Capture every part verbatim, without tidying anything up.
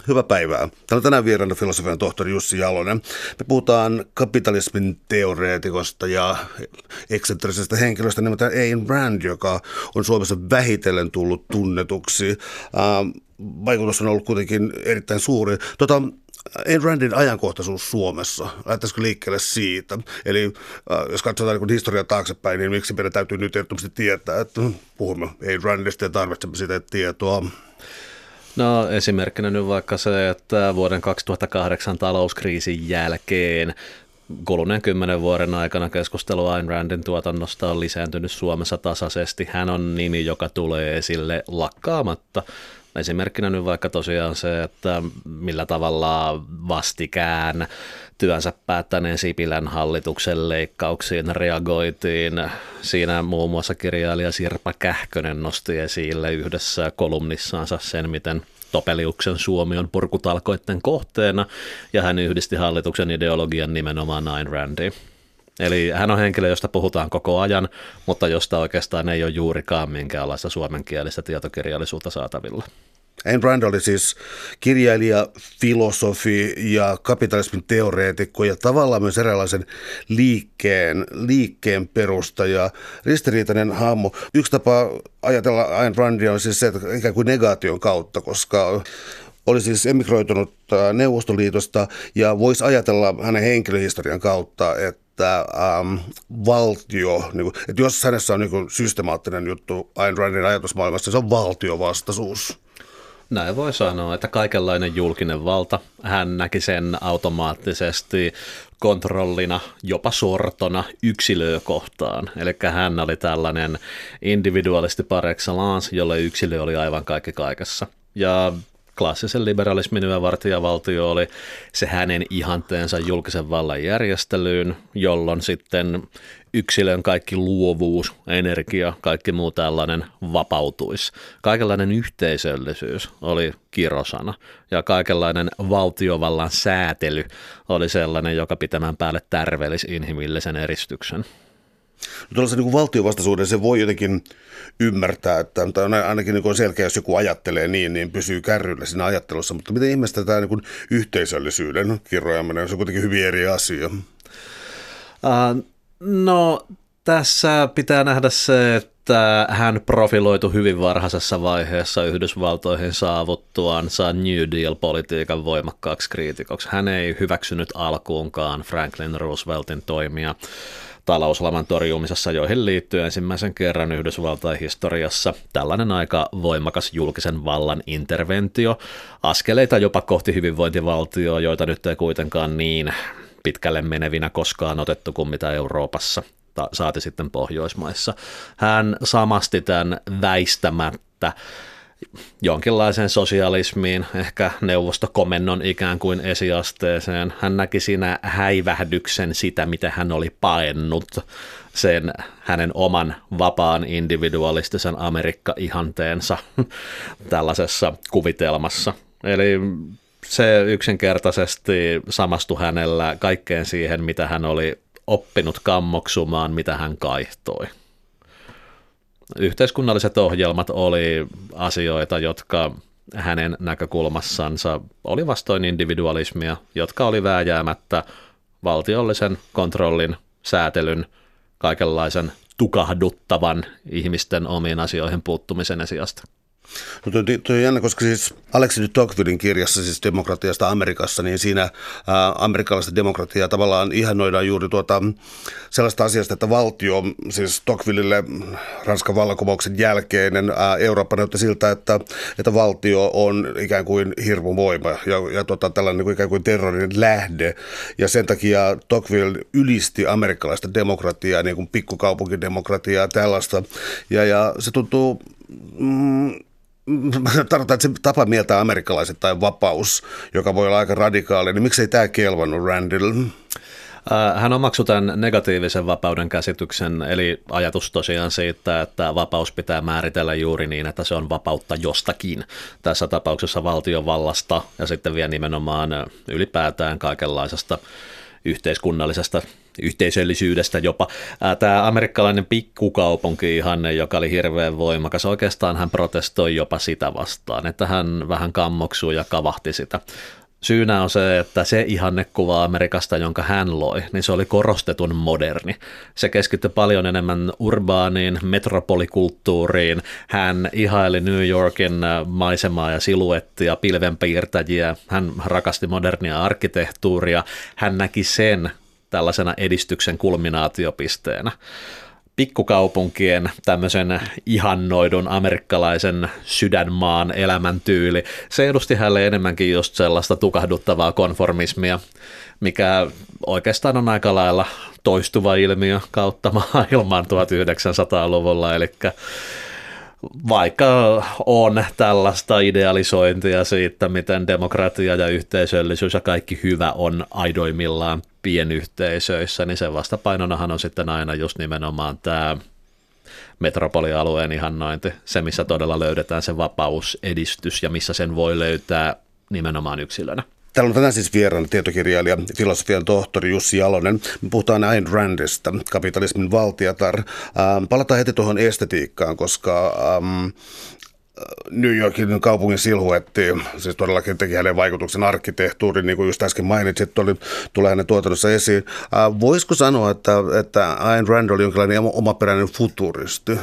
hyvää päivää. Täällä on tänään vieraana filosofian tohtori Jussi Jalonen. Me puhutaan kapitalismin teoreetikosta ja eksentrisestä henkilöstä nimeltä Ayn Rand, joka on Suomessa vähitellen tullut tunnetuksi. Ähm, vaikutus on ollut kuitenkin erittäin suuri. Tota, Ayn Randin ajankohtaisuus Suomessa, lähtäisikö liikkeelle siitä? Eli äh, jos katsotaan niin historiaa taaksepäin, niin miksi meidän täytyy nyt ehdottomasti tietää, että puhumme Ayn Randista ja tarvitsemme sitä tietoa? No esimerkkinä nyt vaikka se, että vuoden kaksituhattakahdeksan talouskriisin jälkeen kuluneen kymmenen vuoden aikana keskustelu Ayn Randin tuotannosta on lisääntynyt Suomessa tasaisesti. Hän on nimi, joka tulee esille lakkaamatta. Esimerkkinä nyt vaikka tosiaan se, että millä tavalla vastikään työnsä päättäneen Sipilän hallituksen leikkauksiin reagoitiin. Siinä muun muassa kirjailija Sirpa Kähkönen nosti esille yhdessä kolumnissaansa sen, miten Topeliuksen Suomi on purkutalkoitten kohteena, ja hän yhdisti hallituksen ideologian nimenomaan Ayn Randiin. Eli hän on henkilö, josta puhutaan koko ajan, mutta josta oikeastaan ei ole juurikaan minkäänlaista suomenkielistä tietokirjallisuutta saatavilla. Ayn Rand oli siis kirjailija, filosofi ja kapitalismin teoreetikko ja tavallaan myös eräänlaisen liikkeen, liikkeen perustaja, ristiriitainen hahmo. Yksi tapa ajatella Ayn Randia on siis se, että ikään kuin negaation kautta, koska oli siis emigroitunut Neuvostoliitosta ja voisi ajatella hänen henkilöhistorian kautta, että Että ähm, valtio, niin kuin, että jos hänessä on niin kuin systemaattinen juttu Ayn Randin ajatusmaailmassa, se on valtiovastaisuus. Näin voi sanoa, että kaikenlainen julkinen valta, hän näki sen automaattisesti kontrollina, jopa sortona yksilöä kohtaan. Eli hän oli tällainen individualisti par excellence, jolle yksilö oli aivan kaikki kaikessa. Ja klassisen liberalismin yövartijavaltio oli se hänen ihanteensa julkisen vallan järjestelyyn, jolloin sitten yksilön kaikki luovuus, energia, kaikki muu tällainen vapautuisi. Kaikenlainen yhteisöllisyys oli kirosana ja kaikenlainen valtiovallan säätely oli sellainen, joka pitämään päälle tärvelisi inhimillisen eristyksen. Tuollaisen niin valtiovastaisuuden se voi jotenkin ymmärtää, että ainakin niin selkeä, jos joku ajattelee niin, niin pysyy kärryllä siinä ajattelussa, mutta miten ihmeessä tämä niin yhteisöllisyyden kirjoaminen, se on kuitenkin hyvin eri asia? Uh, no tässä pitää nähdä se, että hän profiloitui hyvin varhaisessa vaiheessa Yhdysvaltoihin saavuttuansa New Deal-politiikan voimakkaaksi kriitikoksi. Hän ei hyväksynyt alkuunkaan Franklin Rooseveltin toimia talouslaman torjumisessa, joihin liittyy ensimmäisen kerran Yhdysvaltain historiassa tällainen aika voimakas julkisen vallan interventio, askeleita jopa kohti hyvinvointivaltioa, joita nyt ei kuitenkaan niin pitkälle menevinä koskaan otettu kuin mitä Euroopassa, saati sitten Pohjoismaissa. Hän samasti tämän väistämättä jonkinlaiseen sosialismiin, ehkä neuvostokomennon ikään kuin esiasteeseen. Hän näki siinä häivähdyksen sitä, mitä hän oli paennut, sen hänen oman vapaan individualistisen Amerikka-ihanteensa tällaisessa kuvitelmassa. Eli se yksinkertaisesti samastui hänellä kaikkeen siihen, mitä hän oli oppinut kammoksumaan, mitä hän kaihtoi. Yhteiskunnalliset ohjelmat oli asioita, jotka hänen näkökulmassansa oli vastoin individualismia, jotka oli vääjäämättä valtiollisen kontrollin, säätelyn, kaikenlaisen tukahduttavan ihmisten omiin asioihin puuttumisen sijasta. No tuo, tuo on jännä, koska siis Alexis de Tocquevillin kirjassa siis demokratiasta Amerikassa, niin siinä ää, amerikkalaista demokratiaa tavallaan ihannoidaan juuri tuota sellaista asiasta, että valtio, siis Tocquevillille Ranskan vallankumouksen jälkeinen ää, Eurooppa näyttää siltä, että, että valtio on ikään kuin hirmuvoima ja, ja tuota, tällainen niin kuin ikään kuin terrorin lähde, ja sen takia Tocqueville ylisti amerikkalaista demokratiaa, niin kuin pikkukaupunkidemokratiaa tällaista, ja, ja se tuntuu Mm, tarkoittaa, että se tapa mieltää amerikkalaiset tai vapaus, joka voi olla aika radikaali, niin miksei tämä kelvannut Randille? Hän omaksui tämän negatiivisen vapauden käsityksen, eli ajatus tosiaan siitä, että vapaus pitää määritellä juuri niin, että se on vapautta jostakin. Tässä tapauksessa valtiovallasta ja sitten vielä nimenomaan ylipäätään kaikenlaisesta yhteiskunnallisesta yhteisöllisyydestä jopa. Tämä amerikkalainen pikkukaupunki-ihanne, joka oli hirveän voimakas, oikeastaan hän protestoi jopa sitä vastaan, että hän vähän kammoksui ja kavahti sitä. Syynä on se, että se ihannekuva Amerikasta, jonka hän loi, niin se oli korostetun moderni. Se keskittyi paljon enemmän urbaaniin, metropolikulttuuriin. Hän ihaili New Yorkin maisemaa ja siluettia, pilvenpiirtäjiä. Hän rakasti modernia arkkitehtuuria. Hän näki sen tällaisena edistyksen kulminaatiopisteenä. Pikkukaupunkien tämmöisen ihannoidun amerikkalaisen sydänmaan elämäntyyli, se edusti hänelle enemmänkin just sellaista tukahduttavaa konformismia, mikä oikeastaan on aika lailla toistuva ilmiö kautta maailman tuhatyhdeksänsataaluvulla, eli vaikka on tällaista idealisointia siitä, miten demokratia ja yhteisöllisyys ja kaikki hyvä on aidoimmillaan pienyhteisöissä, niin sen vastapainonahan on sitten aina just nimenomaan tämä metropolialueen ihannointi, se missä todella löydetään se vapaus, edistys ja missä sen voi löytää nimenomaan yksilönä. Täällä on tänään siis vieraana tietokirjailija, filosofian tohtori Jussi Jalonen. Me puhutaan Ayn Randista, kapitalismin valtiatar. Ähm, palataan heti tuohon estetiikkaan, koska ähm, New Yorkin kaupungin silhuetti, siis todellakin teki hänen vaikutuksen arkkitehtuuriin, niin kuin just äsken mainitsit, oli, tulee hänen tuotannossa esiin. Äh, voisiko sanoa, että, että Ayn Rand oli jonkinlainen omaperäinen futuristi?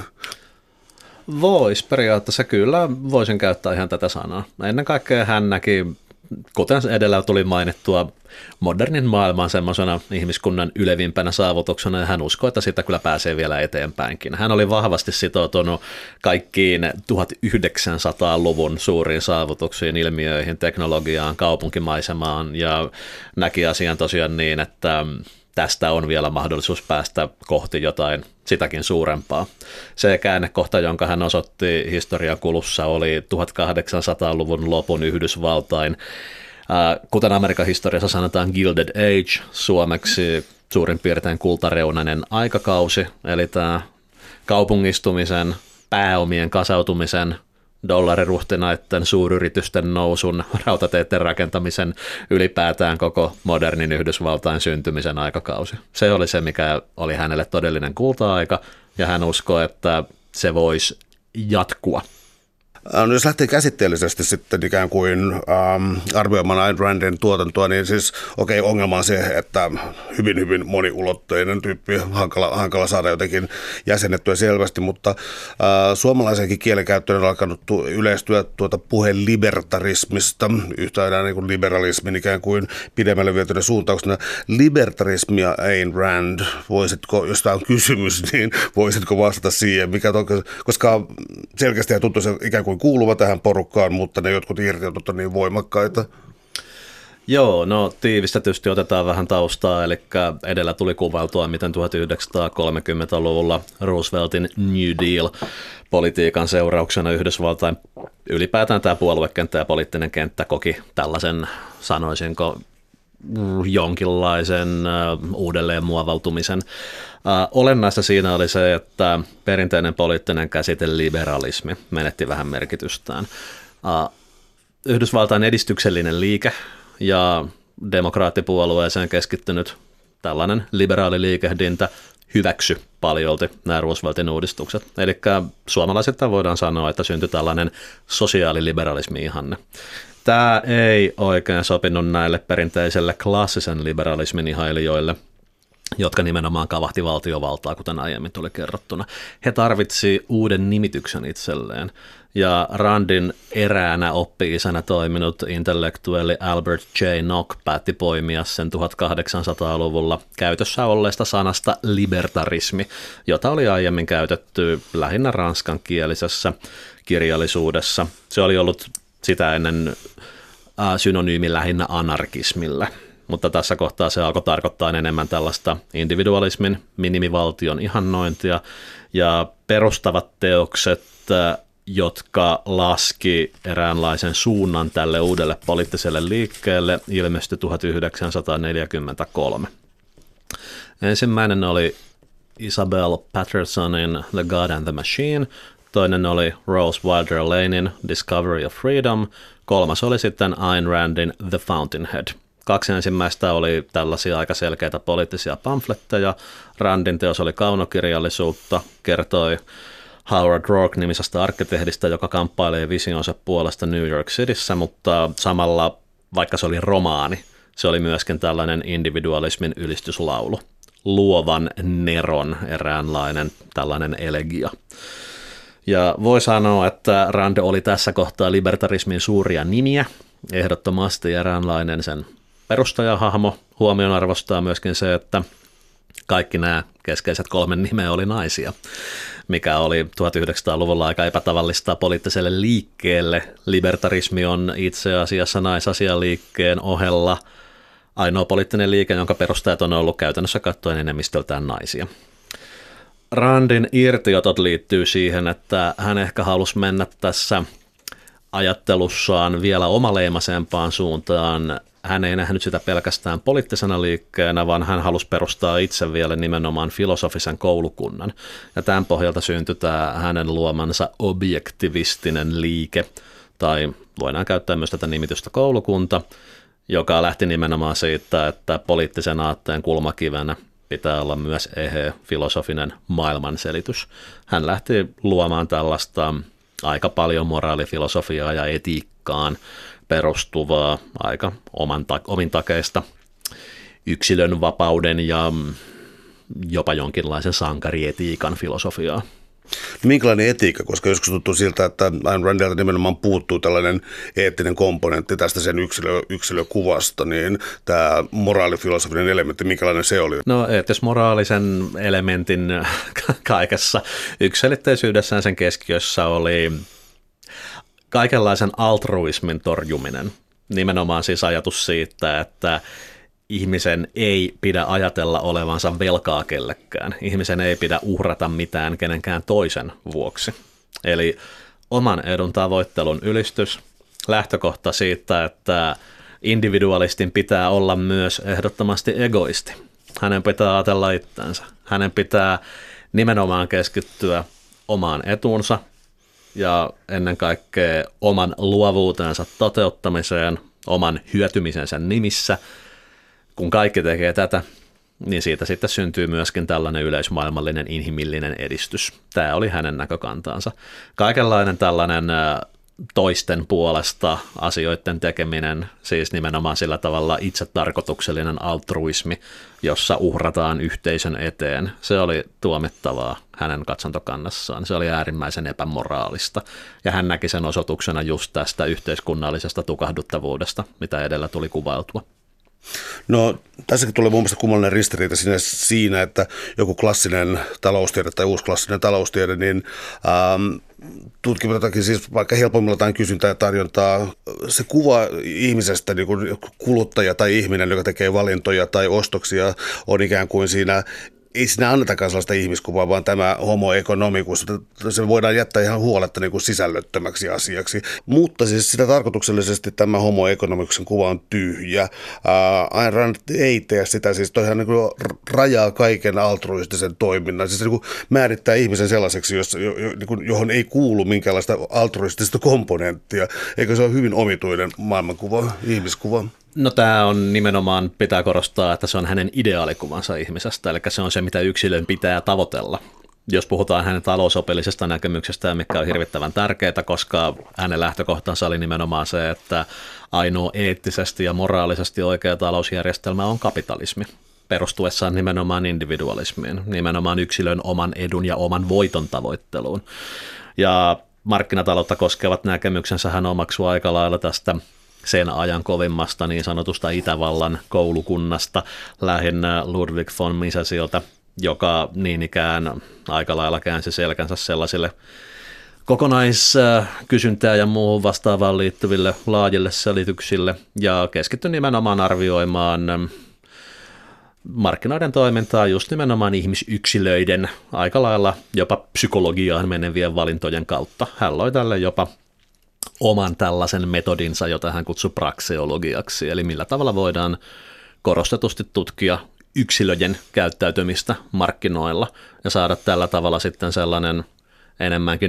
Vois periaatteessa kyllä, voisin käyttää ihan tätä sanaa. Ennen kaikkea hän näki, kuten edellä tuli mainittua, modernin maailman semmoisena ihmiskunnan ylevimpänä saavutuksena, ja hän uskoi, että sitä kyllä pääsee vielä eteenpäinkin. Hän oli vahvasti sitoutunut kaikkiin tuhatyhdeksänsataaluvun suuriin saavutuksiin, ilmiöihin, teknologiaan, kaupunkimaisemaan, ja näki asian tosiaan niin, että tästä on vielä mahdollisuus päästä kohti jotain sitäkin suurempaa. Se käännekohta, jonka hän osoitti historian kulussa, oli tuhatkahdeksansataaluvun lopun Yhdysvaltain, kuten Amerikan historiassa sanotaan Gilded Age, suomeksi suurin piirtein kultareunainen aikakausi, eli tämä kaupungistumisen, pääomien kasautumisen, dollariruhtinaiden, suuryritysten nousun, rautateiden rakentamisen, ylipäätään koko modernin Yhdysvaltain syntymisen aikakausi. Se oli se, mikä oli hänelle todellinen kulta-aika, ja hän uskoi, että se voisi jatkua. No jos lähtee käsitteellisesti sitten ikään kuin ähm, arvioimaan Ayn Randin tuotantoa, niin siis okei, okay, ongelma on se, että hyvin, hyvin moniulotteinen tyyppi, hankala, hankala saada jotenkin jäsennettyä selvästi, mutta äh, suomalaisenkin kielenkäyttöön on alkanut tu- yleistyä tuota puheen libertarismista, yhtä niin kuin liberalismin ikään kuin pidemmälle vietynä suuntauksena. Libertarismi ja Ayn Rand, voisitko, jos tämä on kysymys, niin voisitko vastata siihen, mikä on, koska selkeästi tuntuu se ikään kuin kuuluva tähän porukkaan, mutta ne jotkut irtiotut on niin voimakkaita. Joo, no tiivistetysti otetaan vähän taustaa, eli edellä tuli kuvailtua, miten tuhatyhdeksänsataakolmekymmentäluvulla Rooseveltin New Deal-politiikan seurauksena Yhdysvaltain ylipäätään tämä puoluekenttä ja poliittinen kenttä koki tällaisen, sanoisinko, jonkinlaisen uudelleen muovautumisen. Olennaista siinä oli se, että perinteinen poliittinen käsite liberalismi menetti vähän merkitystään. Yhdysvaltain edistyksellinen liike ja demokraattipuolueeseen keskittynyt tällainen liberaali liikehdintä hyväksy paljolti nämä Rooseveltin uudistukset. Eli suomalaisittain voidaan sanoa, että syntyi tällainen sosiaaliliberalismi-ihanne. Tämä ei oikein sopinut näille perinteiselle klassisen liberalismin ihailijoille, jotka nimenomaan kavahti valtiovaltaa, kuten aiemmin tuli kerrottuna. He tarvitsi uuden nimityksen itselleen, ja Randin eräänä oppi-isänä toiminut intellektuelli Albert J. Nock päätti poimia sen tuhatkahdeksansataaluvulla käytössä olleesta sanasta libertarismi, jota oli aiemmin käytetty lähinnä ranskankielisessä kirjallisuudessa. Se oli ollut sitä ennen synonyymi lähinnä anarkismille, mutta tässä kohtaa se alkoi tarkoittaa enemmän tällaista individualismin, minimivaltion ihannointia, ja perustavat teokset, jotka laski eräänlaisen suunnan tälle uudelle poliittiselle liikkeelle, ilmestyi tuhatyhdeksänsataaneljäkymmentäkolme. Ensimmäinen oli Isabel Pattersonin The God and the Machine, toinen oli Rose Wilder Lanein Discovery of Freedom, kolmas oli sitten Ayn Randin The Fountainhead. Kaksi ensimmäistä oli tällaisia aika selkeitä poliittisia pamfletteja. Randin teos oli kaunokirjallisuutta, kertoi Howard Rourke-nimisestä arkkitehdistä, joka kamppailee visionsa puolesta New York Cityssä, mutta samalla, vaikka se oli romaani, se oli myöskin tällainen individualismin ylistyslaulu. Luovan Neron eräänlainen tällainen elegia. Ja voi sanoa, että Rand oli tässä kohtaa libertarismin suuria nimiä, ehdottomasti eräänlainen sen perustajahahmo. Huomioon arvostaa myöskin se, että kaikki nämä keskeiset kolme nimeä oli naisia, mikä oli tuhatyhdeksänsataaluvulla aika epätavallista poliittiselle liikkeelle. Libertarismi on itse asiassa naisasialiikkeen ohella ainoa poliittinen liike, jonka perustajat on ollut käytännössä katsoen enemmistöltään naisia. Randin irtiotot liittyy siihen, että hän ehkä halusi mennä tässä ajattelussaan vielä omaleimaisempaan suuntaan. Hän ei nähnyt sitä pelkästään poliittisena liikkeenä, vaan hän halusi perustaa itse vielä nimenomaan filosofisen koulukunnan. Ja tämän pohjalta syntyi tämä hänen luomansa objektivistinen liike, tai voidaan käyttää myös tätä nimitystä koulukunta, joka lähti nimenomaan siitä, että poliittisen aatteen kulmakivenä pitää olla myös eheä filosofinen maailmanselitys. Hän lähti luomaan tällaista aika paljon moraalifilosofiaa ja etiikkaan perustuvaa, aika oman ta- omin takeista yksilön vapauden ja jopa jonkinlaisen sankarietiikan filosofiaa. Minkälainen etiikka, koska joskus tuntuu siltä, että Ayn Randilta nimenomaan puuttuu tällainen eettinen komponentti tästä sen yksilö, yksilökuvasta, niin tämä moraalifilosofinen elementti, minkälainen se oli? No eettis-moraalisen elementin kaikessa yksiselitteisyydessään sen keskiössä oli kaikenlaisen altruismin torjuminen. Nimenomaan siis ajatus siitä, että ihmisen ei pidä ajatella olevansa velkaa kellekään. Ihmisen ei pidä uhrata mitään kenenkään toisen vuoksi. Eli oman edun tavoittelun ylistys, lähtökohta siitä, että individualistin pitää olla myös ehdottomasti egoisti. Hänen pitää ajatella itseänsä. Hänen pitää nimenomaan keskittyä omaan etuunsa ja ennen kaikkea oman luovuutensa toteuttamiseen, oman hyötymisensä nimissä. Kun kaikki tekee tätä, niin siitä sitten syntyy myöskin tällainen yleismaailmallinen inhimillinen edistys. Tämä oli hänen näkökantaansa. Kaikenlainen tällainen toisten puolesta asioiden tekeminen, siis nimenomaan sillä tavalla itsetarkoituksellinen altruismi, jossa uhrataan yhteisön eteen, se oli tuomittavaa hänen katsontokannassaan. Se oli äärimmäisen epämoraalista, ja hän näki sen osoituksena just tästä yhteiskunnallisesta tukahduttavuudesta, mitä edellä tuli kuvailtua. No tässäkin tulee muun muassa kummallinen ristiriita siinä, siinä, että joku klassinen taloustiede tai uusi klassinen taloustiede, niin ähm, tutkimustakin siis vaikka helpommiltaan kysyntää ja tarjontaa, se kuva ihmisestä, niin kuin kuluttaja tai ihminen, joka tekee valintoja tai ostoksia, on ikään kuin siinä, ei siinä annetakaan sellaista ihmiskuvaa, vaan tämä homo economicus, se voidaan jättää ihan huoletta niin kuin sisällöttömäksi asiaksi. Mutta siis sitä tarkoituksellisesti tämä homo economicuksen kuva on tyhjä. Ayn Rand ei tee sitä, siis toihan niin kuin rajaa kaiken altruistisen toiminnan. Siis se niin kuin määrittää ihmisen sellaiseksi, jossa, johon ei kuulu minkäänlaista altruistista komponenttia, eikä se ole hyvin omituinen maailmankuva, ihmiskuva. No tämä on nimenomaan, pitää korostaa, että se on hänen ideaalikuvansa ihmisestä, eli se on se, mitä yksilön pitää tavoitella. Jos puhutaan hänen talousopillisesta näkemyksestä, mikä on hirvittävän tärkeää, koska hänen lähtökohtansa oli nimenomaan se, että ainoa eettisesti ja moraalisesti oikea talousjärjestelmä on kapitalismi, perustuessaan nimenomaan individualismiin, nimenomaan yksilön oman edun ja oman voiton tavoitteluun. Ja markkinataloutta koskevat näkemyksensä hän omaksui aika lailla tästä sen ajan kovimmasta niin sanotusta Itävallan koulukunnasta, lähinnä Ludwig von Misesiltä, joka niin ikään aika lailla käänsi selkänsä sellaisille kokonaiskysyntää ja muuhun vastaavaan liittyville laajille selityksille ja keskittyi nimenomaan arvioimaan markkinoiden toimintaa just nimenomaan ihmisyksilöiden aika lailla jopa psykologiaan menevien valintojen kautta. Hän loi tälle jopa oman tällaisen metodinsa, jota hän kutsui prakseologiaksi, eli millä tavalla voidaan korostetusti tutkia yksilöjen käyttäytymistä markkinoilla ja saada tällä tavalla sitten sellainen enemmänkin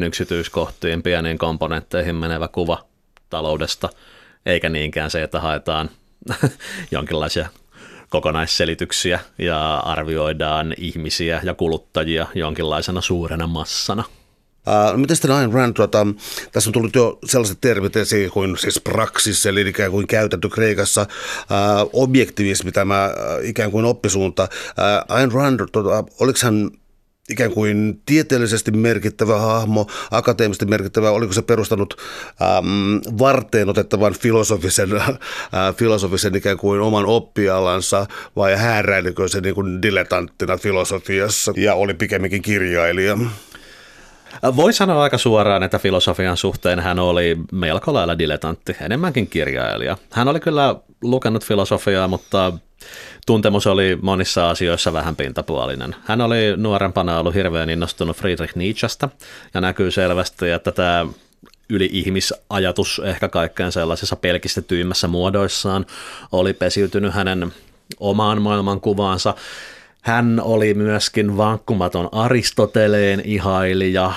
yksityiskohtiin, pieniin komponentteihin menevä kuva taloudesta, eikä niinkään se, että haetaan jonkinlaisia kokonaisselityksiä ja arvioidaan ihmisiä ja kuluttajia jonkinlaisena suurena massana. Uh, miten sitten Ayn Rand, tuota, tässä on tullut jo sellaiset termit esiin kuin siis praksis, eli ikään kuin käytetty Kreikassa, uh, objektivismi, tämä uh, ikään kuin oppisuunta. Uh, Ayn Rand, tuota, oliko hän ikään kuin tieteellisesti merkittävä hahmo, akateemisesti merkittävä, oliko se perustanut ähm, varteen otettavan filosofisen, äh, filosofisen ikään kuin oman oppialansa, vai hääräilikö se niin kuin dilettanttina filosofiassa ja oli pikemminkin kirjailija? Voi sanoa aika suoraan, että filosofian suhteen hän oli melko lailla dilettantti, enemmänkin kirjailija. Hän oli kyllä lukenut filosofiaa, mutta tuntemus oli monissa asioissa vähän pintapuolinen. Hän oli nuorempana ollut hirveän innostunut Friedrich Nietzschestä ja näkyy selvästi, että tämä yli-ihmisajatus ehkä kaikkein sellaisissa pelkistetyimmässä muodoissaan oli pesiytynyt hänen omaan maailmankuvaansa. Hän oli myöskin vankkumaton Aristoteleen ihailija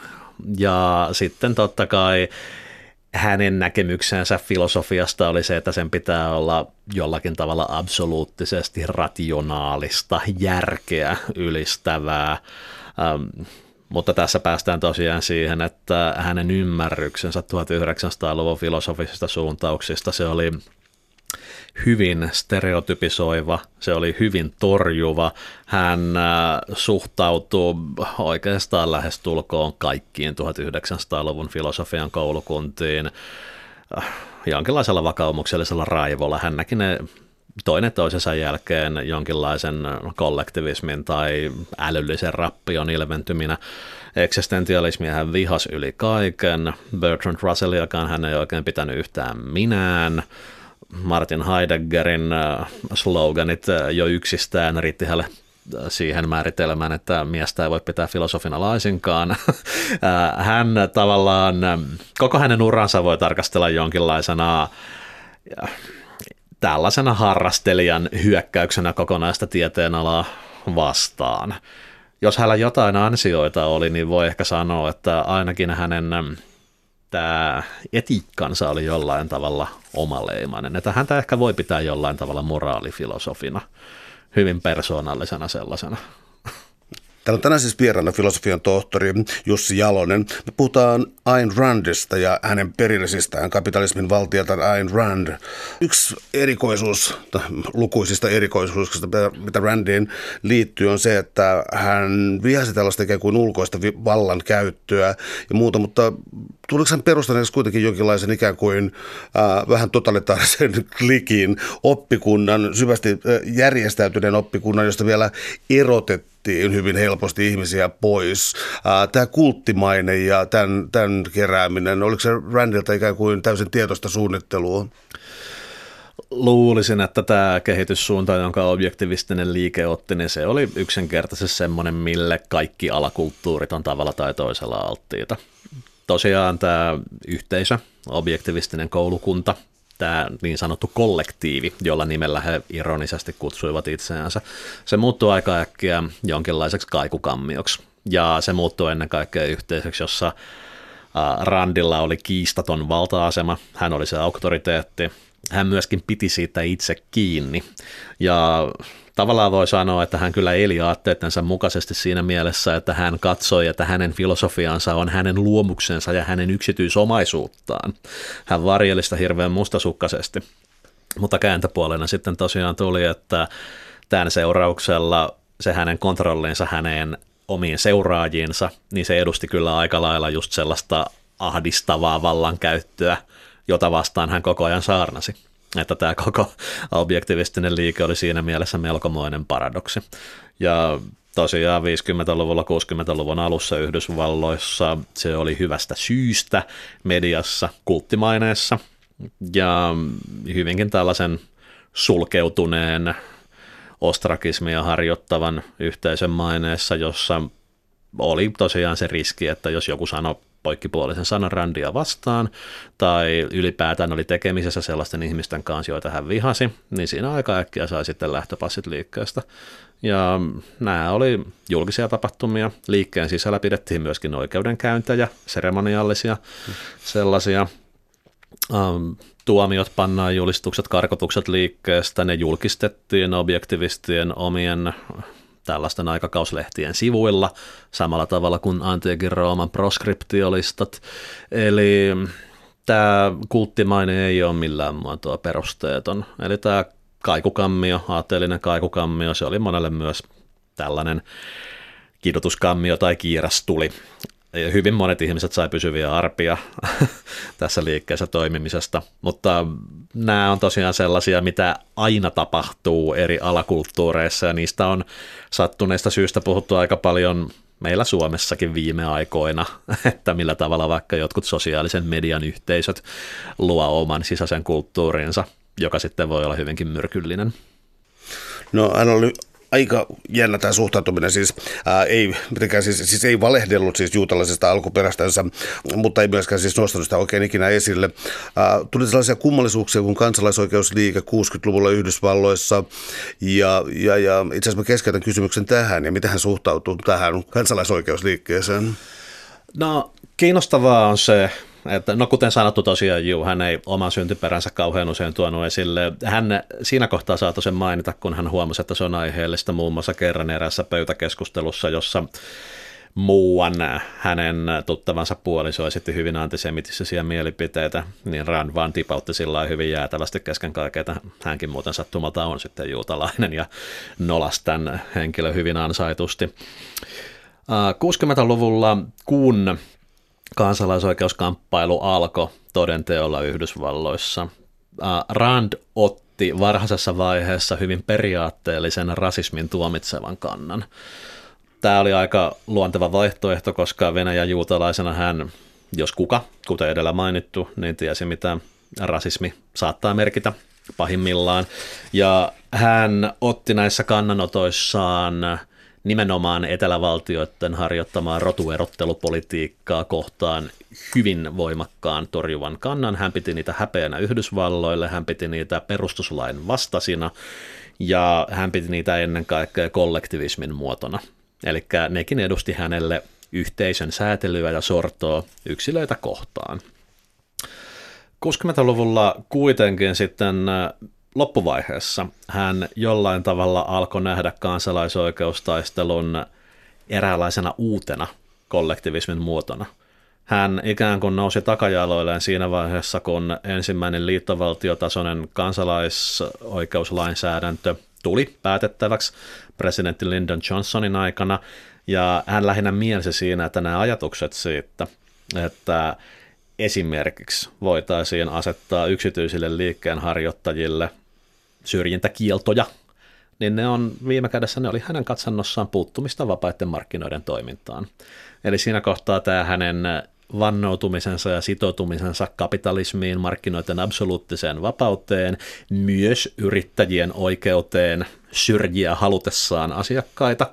ja sitten totta kai hänen näkemyksensä filosofiasta oli se, että sen pitää olla jollakin tavalla absoluuttisesti rationaalista, järkeä ylistävää, ähm, mutta tässä päästään tosiaan siihen, että hänen ymmärryksensä tuhatyhdeksänsataaluvun filosofisista suuntauksista se oli hyvin stereotypisoiva, se oli hyvin torjuva. Hän suhtautui oikeastaan lähestulkoon kaikkiin tuhatyhdeksänsataaluvun filosofian koulukuntiin jonkinlaisella vakaumuksellisella raivolla. Hän näki ne toinen toisensa jälkeen jonkinlaisen kollektivismin tai älyllisen rappion ilmentyminä. Eksistentialismia hän vihasi yli kaiken. Bertrand Russelliakaan hän ei oikein pitänyt yhtään minään. Martin Heideggerin sloganit jo yksistään riitti hänelle siihen määritelmään, että miestä ei voi pitää filosofina laisinkaan. Hän tavallaan, koko hänen uransa voi tarkastella jonkinlaisena tällaisena harrastelijan hyökkäyksenä kokonaista tieteenalaa vastaan. Jos hänellä jotain ansioita oli, niin voi ehkä sanoa, että ainakin hänen tämä etiikkansa oli jollain tavalla omaleimainen, että häntä ehkä voi pitää jollain tavalla moraalifilosofina, hyvin persoonallisena sellaisena. Täällä on tänään siis vieraana filosofian tohtori Jussi Jalonen. Me puhutaan Ayn Randista ja hänen perillisistään, kapitalismin valtiota Ayn Rand. Yksi erikoisuus, lukuisista erikoisuuksista, mitä Randiin liittyy, on se, että hän vihasi tällaista ikään kuin ulkoista vallan käyttöä ja muuta, mutta tuliko hän perustaneeksi kuitenkin jonkinlaisen ikään kuin äh, vähän totalitaarisen klikin oppikunnan, syvästi äh, järjestäytyneen oppikunnan, josta vielä erotettiin hyvin helposti ihmisiä pois. Äh, tämä kulttimaine ja tämän, tämän kerääminen, oliko se Randilta ikään kuin täysin tietoista suunnittelua? Luulisin, että tämä kehityssuunta, jonka objektivistinen liike otti, niin se oli yksinkertaisesti semmoinen, mille kaikki alakulttuurit on tavalla tai toisella alttiita. Tosiaan tämä yhteisö, objektivistinen koulukunta, tämä niin sanottu kollektiivi, jolla nimellä he ironisesti kutsuivat itseänsä, se muuttui aika äkkiä jonkinlaiseksi kaikukammioksi. Ja se muuttui ennen kaikkea yhteisöksi, jossa Randilla oli kiistaton valta-asema, hän oli se auktoriteetti, hän myöskin piti siitä itse kiinni. Ja tavallaan voi sanoa, että hän kyllä eli aatteettensa mukaisesti siinä mielessä, että hän katsoi, että hänen filosofiansa on hänen luomuksensa ja hänen yksityisomaisuuttaan. Hän varjeli sitä hirveän mustasukkaisesti, mutta kääntöpuolena sitten tosiaan tuli, että tämän seurauksella se hänen kontrollinsa häneen omiin seuraajiinsa, niin se edusti kyllä aika lailla just sellaista ahdistavaa vallankäyttöä, jota vastaan hän koko ajan saarnasi. Että tämä koko objektivistinen liike oli siinä mielessä melkomoinen paradoksi. Ja tosiaan viisikymmentäluvulla, kuusikymmentäluvun alussa Yhdysvalloissa se oli hyvästä syystä mediassa, kulttimaineessa ja hyvinkin tällaisen sulkeutuneen ostrakismia harjoittavan yhteisön maineessa, jossa oli tosiaan se riski, että jos joku sanoi poikkipuolisen sanan Randia vastaan, tai ylipäätään oli tekemisessä sellaisten ihmisten kanssa, joita hän vihasi, niin siinä aika äkkiä sai sitten lähtöpassit liikkeestä. Ja nämä oli julkisia tapahtumia. Liikkeen sisällä pidettiin myöskin oikeudenkäyntejä, seremoniallisia sellaisia. Um, tuomiot pannaan, julistukset, karkotukset liikkeestä, ne julkistettiin objektivistien omien tällaisten aikakauslehtien sivuilla, samalla tavalla kuin antiikin Rooman proskriptiolistat. Eli tämä kulttimaine ei ole millään muotoa perusteeton. Eli tämä kaikukammio, aatteellinen kaikukammio, se oli monelle myös tällainen kidutuskammio tai kiirastuli. Hyvin monet ihmiset sai pysyviä arpia tässä liikkeessä toimimisesta, mutta nämä on tosiaan sellaisia, mitä aina tapahtuu eri alakulttuureissa, ja niistä on sattuneista syystä puhuttu aika paljon meillä Suomessakin viime aikoina, että millä tavalla vaikka jotkut sosiaalisen median yhteisöt luo oman sisäisen kulttuurinsa, joka sitten voi olla hyvinkin myrkyllinen. No hän oli aika jännä tämä suhtautuminen, siis, ää, ei, mitenkään, siis, siis ei valehdellut siis juutalaisesta alkuperästänsä, mutta ei myöskään siis nostanut sitä oikein ikinä esille. Ää, tuli sellaisia kummallisuuksia kuin kansalaisoikeusliike kuusikymmentäluvulla Yhdysvalloissa, ja, ja, ja itse asiassa mä keskeytän kysymyksen tähän, ja miten hän suhtautuu tähän kansalaisoikeusliikkeeseen? No kiinnostavaa on se, että no kuten sanottu tosiaan, juu, hän ei oman syntyperänsä kauhean usein tuonut esille. Hän siinä kohtaa saatoi sen mainita, kun hän huomasi, että se on aiheellista muun muassa kerran eräässä pöytäkeskustelussa, jossa muuan hänen tuttavansa puoliso esitti hyvin antisemitistisiä mielipiteitä, niin Rand vaan tipautti sillä hyvin jäätävästi kesken kaikkea, että hänkin muuten sattumalta on sitten juutalainen ja nolasi tämän henkilön hyvin ansaitusti. kuusikymmentäluvulla, kun kansalaisoikeuskamppailu alkoi todenteolla Yhdysvalloissa, Rand otti varhaisessa vaiheessa hyvin periaatteellisen rasismin tuomitsevan kannan. Tämä oli aika luonteva vaihtoehto, koska Venäjän juutalaisena hän, jos kuka, kuten edellä mainittu, niin tiesi mitä rasismi saattaa merkitä pahimmillaan. Ja hän otti näissä kannanotoissaan nimenomaan etelävaltioiden harjoittamaa rotuerottelupolitiikkaa kohtaan hyvin voimakkaan torjuvan kannan. Hän piti niitä häpeänä Yhdysvalloille, hän piti niitä perustuslain vastaisina ja hän piti niitä ennen kaikkea kollektivismin muotona. Eli nekin edusti hänelle yhteisön säätelyä ja sortoa yksilöitä kohtaan. kuusikymmentäluvulla kuitenkin sitten loppuvaiheessa hän jollain tavalla alkoi nähdä kansalaisoikeustaistelun eräänlaisena uutena kollektivismin muotona. Hän ikään kuin nousi takajaloilleen siinä vaiheessa, kun ensimmäinen liittovaltiotasoinen kansalaisoikeuslainsäädäntö tuli päätettäväksi presidentti Lyndon Johnsonin aikana, ja hän lähinnä mielsi siinä, että nämä ajatukset siitä, että esimerkiksi voitaisiin asettaa yksityisille liikkeenharjoittajille syrjintäkieltoja, niin ne on viime kädessä, ne oli hänen katsannossaan puuttumista vapaiden markkinoiden toimintaan. Eli siinä kohtaa tämä hänen vannoutumisensa ja sitoutumisensa kapitalismiin, markkinoiden absoluuttiseen vapauteen, myös yrittäjien oikeuteen syrjiä halutessaan asiakkaita,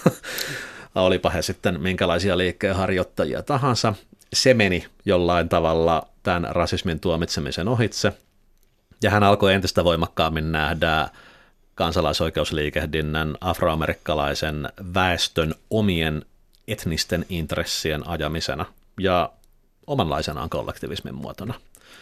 olipa he sitten minkälaisia liikkeenharjoittajia tahansa, se meni jollain tavalla tämän rasismin tuomitsemisen ohitse, ja hän alkoi entistä voimakkaammin nähdä kansalaisoikeusliikehdinnän afroamerikkalaisen väestön omien etnisten intressien ajamisena ja omanlaisenaan kollektivismin muotona.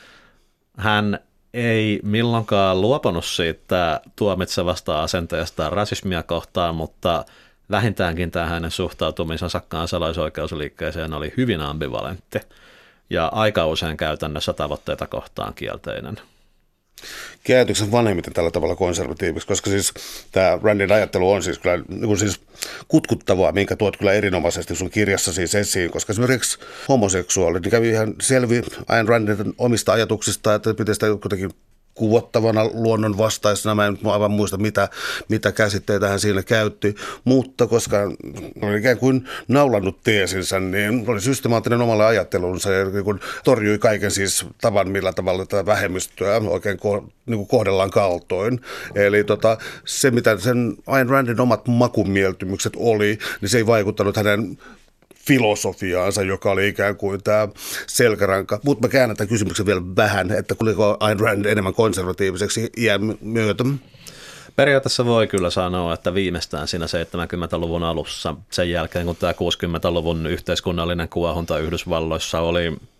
Hän ei milloinkaan luopunut siitä tuomitsevasta asenteestaan rasismia kohtaan, mutta vähintäänkin tämä hänen suhtautumisensa kansalaisoikeusliikkeeseen oli hyvin ambivalentti ja aika usein käytännössä tavoitteita kohtaan kielteinen. Käytöksen vanhemmiten tällä tavalla konservatiiviksi, koska siis tämä Randin ajattelu on siis kyllä niin siis kutkuttavaa, minkä tuot kyllä erinomaisesti sun kirjassa siis esiin, koska esimerkiksi homoseksuaalit niin kävi ihan selvi Ayn Randin omista ajatuksista, että miten sitä jotenkin kuvottavana luonnon vastaisena, mä en aivan muista mitä, mitä käsitteitä hän siinä käytti, mutta koska oli ikään kuin naulannut teesinsä, niin oli systemaattinen omalle ajattelunsa ja niin torjui kaiken siis tavan, millä tavalla tätä vähemmistöä oikein ko, niin kuin kohdellaan kaltoin. Eli tota, se, mitä sen Ayn Randin omat makumieltymykset oli, niin se ei vaikuttanut hänen filosofiaansa, joka oli ikään kuin tämä selkäranka. Mutta mä käännän tämän kysymyksen vielä vähän, että kuliko Ayn Rand enemmän konservatiiviseksi iän myötä? Periaatteessa voi kyllä sanoa, että viimeistään siinä seitsemänkymmentäluvun alussa, sen jälkeen kun tämä kuusikymmentäluvun yhteiskunnallinen kuohunta Yhdysvalloissa oli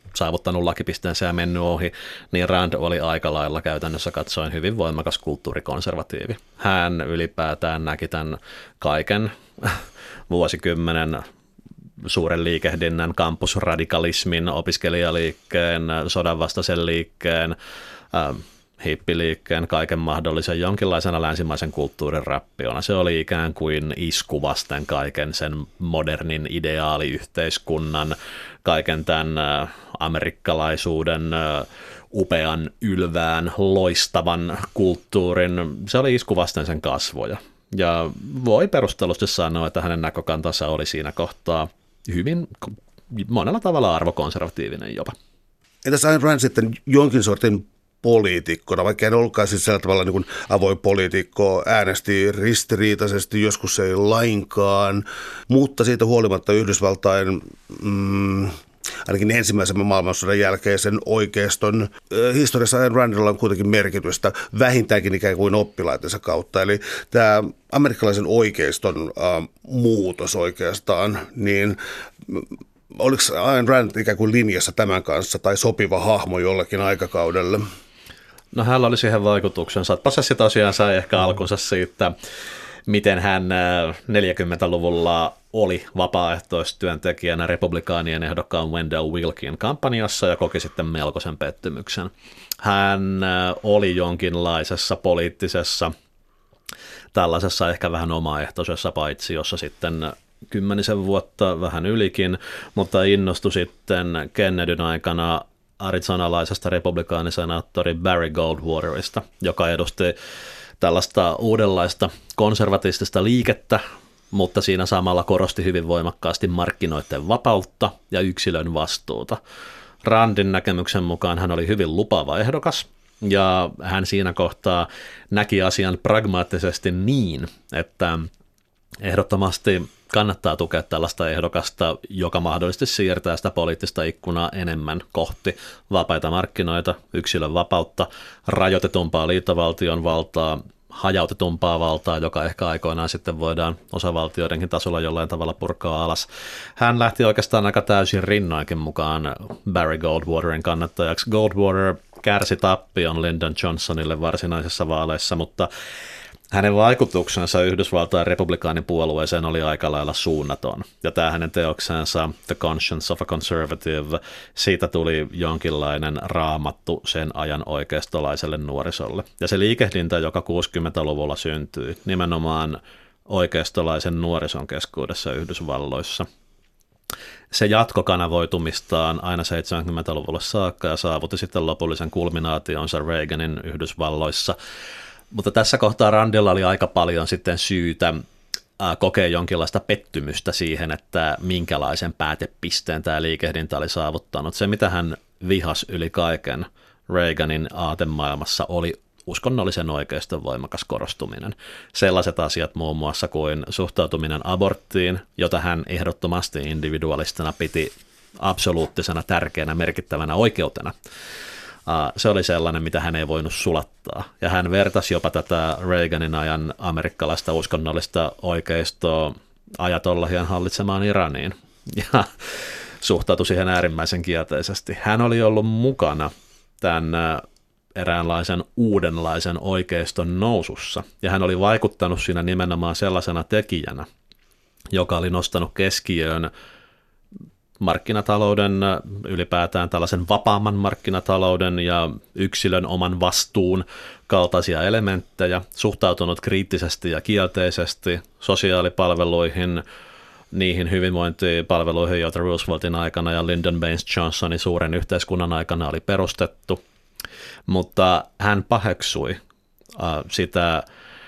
saavuttanut lakipisteensä ja mennyt ohi, niin Rand oli aika lailla käytännössä katsoen hyvin voimakas kulttuurikonservatiivi. Hän ylipäätään näki tämän kaiken vuosikymmenen suuren liikehdinnän, kampusradikalismin, opiskelijaliikkeen, sodanvastaisen liikkeen, äh, hippiliikkeen, kaiken mahdollisen jonkinlaisena länsimaisen kulttuurin rappiona. Se oli ikään kuin isku vasten kaiken sen modernin ideaaliyhteiskunnan, kaiken tämän äh, amerikkalaisuuden, äh, upean, ylvään, loistavan kulttuurin. Se oli isku vasten sen kasvoja. Ja voi perustellusti sanoa, että hänen näkökantansa oli siinä kohtaa hyvin monella tavalla arvokonservatiivinen jopa. Entäs Ayn Rand sitten jonkin sortin poliitikkona, vaikka en ollutkaan siis sillä tavalla niin kuin avoin poliitikko, äänesti ristiriitaisesti, joskus ei lainkaan, mutta siitä huolimatta Yhdysvaltain mm, ainakin ensimmäisen maailmansodan jälkeisen oikeiston äh, historiassa Ayn Randilla on kuitenkin merkitystä vähintäänkin ikään kuin oppilaitensa kautta. Eli tämä amerikkalaisen oikeiston äh, muutos oikeastaan, niin oliko Ayn Rand ikään kuin linjassa tämän kanssa tai sopiva hahmo jollekin aikakaudelle? No hänellä oli siihen vaikutuksensa. Prosessi tosiaan sai ehkä alkunsa siitä, miten hän neljäkymmentäluvulla oli vapaaehtoistyöntekijänä republikaanien ehdokkaan Wendell Wilkin kampanjassa ja koki sitten melkoisen pettymyksen. Hän oli jonkinlaisessa poliittisessa, tällaisessa ehkä vähän omaehtoisessa paitsiossa sitten kymmenisen vuotta, vähän ylikin, mutta innostui sitten Kennedyn aikana arizonalaisesta republikaanisenaattori Barry Goldwaterista, joka edusti tällaista uudenlaista konservatistista liikettä, mutta siinä samalla korosti hyvin voimakkaasti markkinoiden vapautta ja yksilön vastuuta. Randin näkemyksen mukaan hän oli hyvin lupaava ehdokas, ja hän siinä kohtaa näki asian pragmaattisesti niin, että ehdottomasti kannattaa tukea tällaista ehdokasta, joka mahdollisesti siirtää sitä poliittista ikkunaa enemmän kohti vapaita markkinoita, yksilön vapautta, rajoitetumpaa liittovaltion valtaa, hajautetumpaa valtaa, joka ehkä aikoinaan sitten voidaan osavaltioidenkin tasolla jollain tavalla purkaa alas. Hän lähti oikeastaan aika täysin rinnoinkin mukaan Barry Goldwaterin kannattajaksi. Goldwater kärsi tappion Lyndon Johnsonille varsinaisissa vaaleissa, mutta hänen vaikutuksensa Yhdysvaltain republikaanipuolueeseen oli aika lailla suunnaton. Ja tämä hänen teoksensa The Conscience of a Conservative, siitä tuli jonkinlainen raamattu sen ajan oikeistolaiselle nuorisolle. Ja se liikehdintä, joka kuusikymmentäluvulla syntyi, nimenomaan oikeistolaisen nuorison keskuudessa Yhdysvalloissa, se jatko kanavoitumistaan aina seitsemänkymmentäluvulle saakka ja saavutti sitten lopullisen kulminaationsa Reaganin Yhdysvalloissa. Mutta tässä kohtaa Randilla oli aika paljon sitten syytä kokea jonkinlaista pettymystä siihen, että minkälaisen päätepisteen tämä liikehdintä oli saavuttanut. Se, mitä hän vihasi yli kaiken Reaganin aatemaailmassa, oli uskonnollisen oikeiston voimakas korostuminen. Sellaiset asiat muun muassa kuin suhtautuminen aborttiin, jota hän ehdottomasti individualistina piti absoluuttisena, tärkeänä, merkittävänä oikeutena. Se oli sellainen, mitä hän ei voinut sulattaa. Ja hän vertasi jopa tätä Reaganin ajan amerikkalaista uskonnollista oikeistoa ajatollahien hallitsemaan Iraniin. Ja suhtautui siihen äärimmäisen kielteisesti. Hän oli ollut mukana tämän eräänlaisen uudenlaisen oikeiston nousussa. Ja hän oli vaikuttanut siinä nimenomaan sellaisena tekijänä, joka oli nostanut keskiöön markkinatalouden, ylipäätään tällaisen vapaamman markkinatalouden ja yksilön oman vastuun kaltaisia elementtejä, suhtautunut kriittisesti ja kielteisesti sosiaalipalveluihin, niihin hyvinvointipalveluihin, joita Rooseveltin aikana ja Lyndon Baines Johnsonin suuren yhteiskunnan aikana oli perustettu, mutta hän paheksui sitä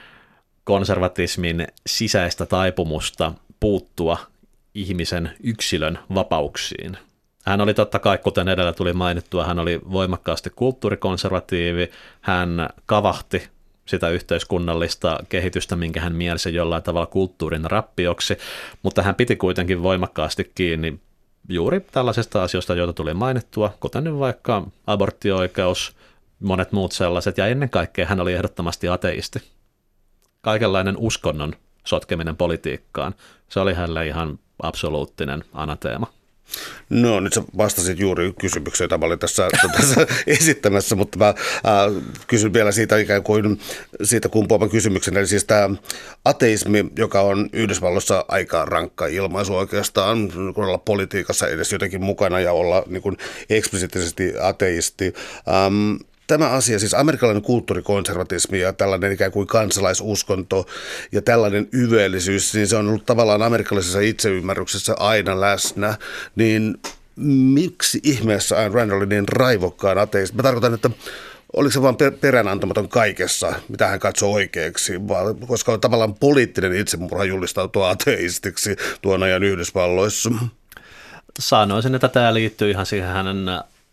konservatismin sisäistä taipumusta puuttua ihmisen yksilön vapauksiin. Hän oli totta kai, kuten edellä tuli mainittua, hän oli voimakkaasti kulttuurikonservatiivi, hän kavahti sitä yhteiskunnallista kehitystä, minkä hän mielsi jollain tavalla kulttuurin rappioksi, mutta hän piti kuitenkin voimakkaasti kiinni juuri tällaisista asioista, joita tuli mainittua, kuten nyt vaikka aborttioikeus, monet muut sellaiset, ja ennen kaikkea hän oli ehdottomasti ateisti. Kaikenlainen uskonnon sotkeminen politiikkaan, se oli hänelle ihan absoluuttinen anateema. No nyt sä vastasit juuri kysymykseen, jota mä olin tässä, tässä esittämässä, mutta mä äh, kysyn vielä siitä ikään kuin siitä kumpuavan kysymyksen. Eli siis tämä ateismi, joka on Yhdysvalloissa aika rankka ilmaisu oikeastaan, kun olla politiikassa edes jotenkin mukana ja olla niin kuin eksplisiittisesti ateisti. Ähm, Tämä asia, siis amerikkalainen kulttuurikonservatismi ja tällainen ikään kuin kansalaisuskonto ja tällainen yveellisyys, niin se on ollut tavallaan amerikkalaisessa itseymmärryksessä aina läsnä, niin miksi ihmeessä Ayn Rand oli niin raivokkaan ateisti? Mä tarkoitan, että oliko se vaan peräänantamaton kaikessa, mitä hän katsoi oikeaksi, koska tavallaan poliittinen itsemurha julistautuu ateistiksi tuon ajan Yhdysvalloissa. Sanoisin, että tämä liittyy ihan siihen hänen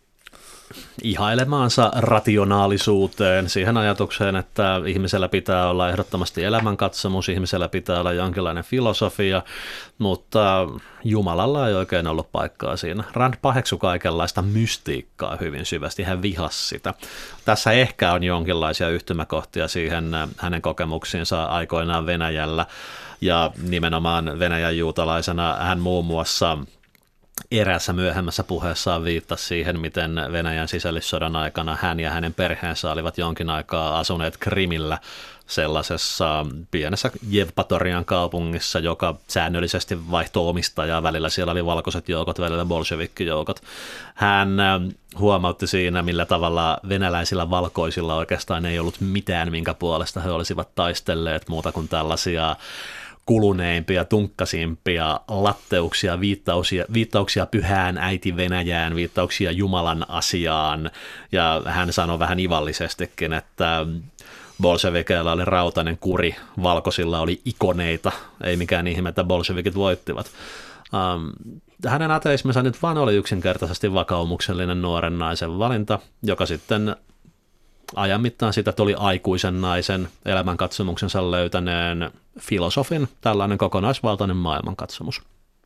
ihailemaansa rationaalisuuteen, siihen ajatukseen, että ihmisellä pitää olla ehdottomasti elämänkatsomus, ihmisellä pitää olla jonkinlainen filosofia, mutta Jumalalla ei oikein ollut paikkaa siinä. Rand paheksui kaikenlaista mystiikkaa hyvin syvästi, hän vihasi sitä. Tässä ehkä on jonkinlaisia yhtymäkohtia siihen hänen kokemuksiinsa aikoinaan Venäjällä, ja nimenomaan Venäjän juutalaisena hän muun muassa eräässä myöhemmässä puheessaan viittasi siihen, miten Venäjän sisällissodan aikana hän ja hänen perheensä olivat jonkin aikaa asuneet Krimillä sellaisessa pienessä Jevpatorian kaupungissa, joka säännöllisesti vaihtoi omistajaa. Välillä siellä oli valkoiset joukot, välillä bolshevikkijoukot. Hän huomautti siinä, millä tavalla venäläisillä valkoisilla oikeastaan ei ollut mitään, minkä puolesta he olisivat taistelleet muuta kuin tällaisia kuluneimpia, tunkkasimpia latteuksia, viittauksia, viittauksia pyhään äiti Venäjään, viittauksia Jumalan asiaan, ja hän sanoi vähän ivallisestikin, että bolshevikeilla oli rautainen kuri, valkoisilla oli ikoneita, ei mikään ihme, että bolshevikit voittivat. Um, hänen ateisminsa nyt vaan oli yksinkertaisesti vakaumuksellinen nuoren naisen valinta, joka sitten ajan mittaan sitä tuli aikuisen naisen elämänkatsomuksensa löytäneen filosofin tällainen kokonaisvaltainen maailmankatsomus.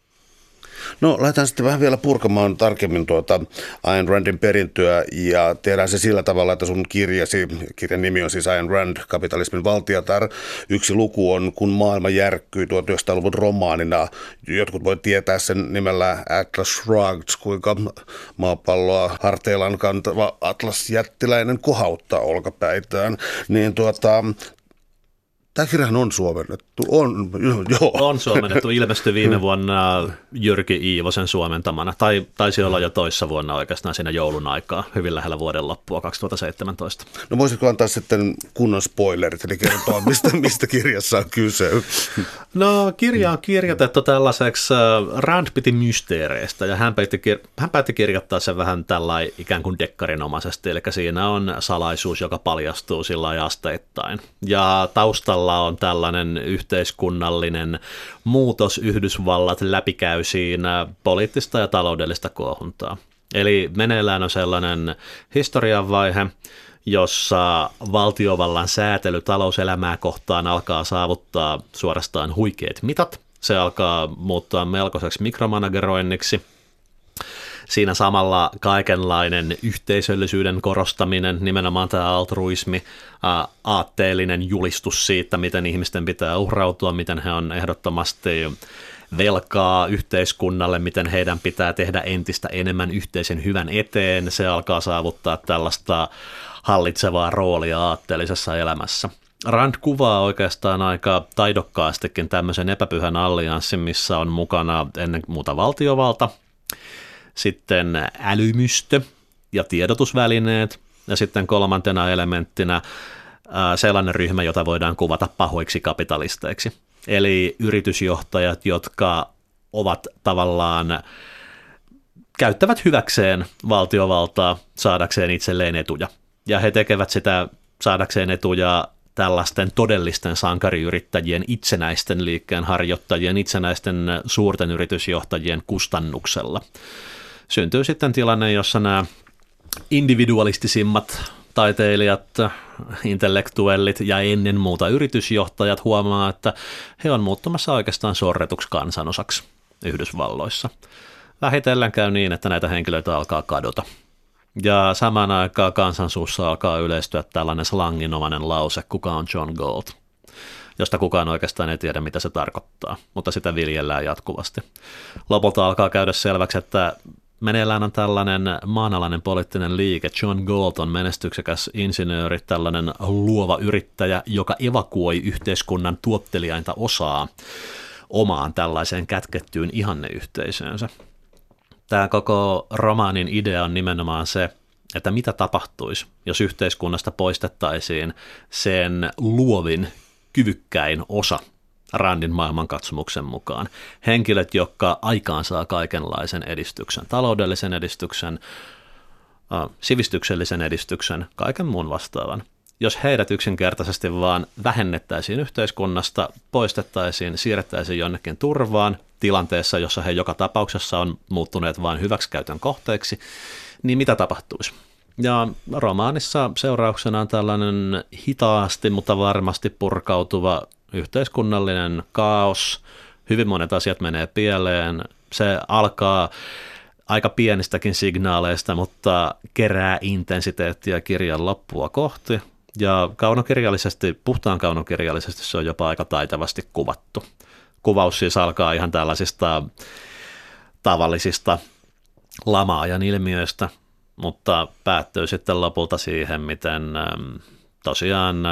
No lähdetään sitten vähän vielä purkamaan tarkemmin tuota Ayn Randin perintöä ja tehdään se sillä tavalla, että sun kirjasi, kirjan nimi on siis Ayn Rand, kapitalismin valtiatar. Yksi luku on Kun maailma järkkyi tuhatyhdeksänsataaluvun romaanina. Jotkut voi tietää sen nimellä Atlas Shrugged, kuinka maapalloa harteillaan kantava atlasjättiläinen kohauttaa olkapäitään. Niin tuota... Tämä kirjahan on suomennettu. On, joo. On suomennettu. Ilmestyi viime vuonna Jyrki Iivosen suomentamana. Tai taisi olla jo toissa vuonna oikeastaan siinä joulun aikaa, hyvin lähellä vuoden loppua kaksituhattaseitsemäntoista. No voisitko antaa sitten kunnon spoilerit, eli kertoa, mistä, mistä kirjassa on kyse? No kirja on kirjoitettu tällaiseksi, Rand piti mysteereistä, ja hän päätti, hän päätti kirjoittaa sen vähän tällainen ikään kuin dekkarinomaisesti, eli siinä on salaisuus, joka paljastuu sillä lailla asteittain. Ja taustalla on tällainen yhteiskunnallinen muutos, Yhdysvallat läpikäy siinä poliittista ja taloudellista kuohuntaa. Eli meneillään on sellainen historian vaihe, jossa valtiovallan säätely talouselämää kohtaan alkaa saavuttaa suorastaan huikeat mitat. Se alkaa muuttua melkoiseksi mikromanageroinniksi. Siinä samalla kaikenlainen yhteisöllisyyden korostaminen, nimenomaan tämä altruismi, aatteellinen julistus siitä, miten ihmisten pitää uhrautua, miten he on ehdottomasti velkaa yhteiskunnalle, miten heidän pitää tehdä entistä enemmän yhteisen hyvän eteen. Se alkaa saavuttaa tällaista hallitsevaa roolia aatteellisessa elämässä. Rand kuvaa oikeastaan aika taidokkaastikin tämmöisen epäpyhän allianssin, missä on mukana ennen muuta valtiovalta, sitten älymystö ja tiedotusvälineet, ja sitten kolmantena elementtinä sellainen ryhmä, jota voidaan kuvata pahoiksi kapitalisteiksi. Eli yritysjohtajat, jotka ovat tavallaan, käyttävät hyväkseen valtiovaltaa saadakseen itselleen etuja. Ja he tekevät sitä saadakseen etuja tällaisten todellisten sankariyrittäjien, itsenäisten liikkeen harjoittajien, itsenäisten suurten yritysjohtajien kustannuksella. Syntyy sitten tilanne, jossa nämä individualistisimmat taiteilijat, intellektuellit ja ennen muuta yritysjohtajat huomaa, että he on muuttumassa oikeastaan sorretuksi kansanosaksi Yhdysvalloissa. Vähitellen käy niin, että näitä henkilöitä alkaa kadota. Ja samaan aikaan kansansuussa alkaa yleistyä tällainen slanginomainen lause, kuka on John Galt. josta kukaan oikeastaan ei tiedä, mitä se tarkoittaa, mutta sitä viljellään jatkuvasti. Lopulta alkaa käydä selväksi, että meneillään on tällainen maanalainen poliittinen liike. John Galt on menestyksekäs insinööri, tällainen luova yrittäjä, joka evakuoi yhteiskunnan tuottelijainta osaa omaan tällaiseen kätkettyyn ihanneyhteisöönsä. Tämä koko romaanin idea on nimenomaan se, että mitä tapahtuisi, jos yhteiskunnasta poistettaisiin sen luovin, kyvykkäin osa Randin maailmankatsomuksen mukaan. Henkilöt, jotka aikaansaa kaikenlaisen edistyksen, taloudellisen edistyksen, sivistyksellisen edistyksen, kaiken muun vastaavan. Jos heidät yksinkertaisesti vaan vähennettäisiin yhteiskunnasta, poistettaisiin, siirrettäisiin jonnekin turvaan, tilanteessa, jossa he joka tapauksessa on muuttuneet vain hyväksikäytön kohteeksi, niin mitä tapahtuisi? Ja romaanissa seurauksena on tällainen hitaasti, mutta varmasti purkautuva yhteiskunnallinen kaos. Hyvin monet asiat menee pieleen. Se alkaa aika pienistäkin signaaleista, mutta kerää intensiteettiä kirjan loppua kohti. Ja kaunokirjallisesti, puhtaan kaunokirjallisesti se on jopa aika taitavasti kuvattu. Kuvaus siis alkaa ihan tällaisista tavallisista lama-ajan ilmiöistä, mutta päättyy sitten lopulta siihen, miten tosiaan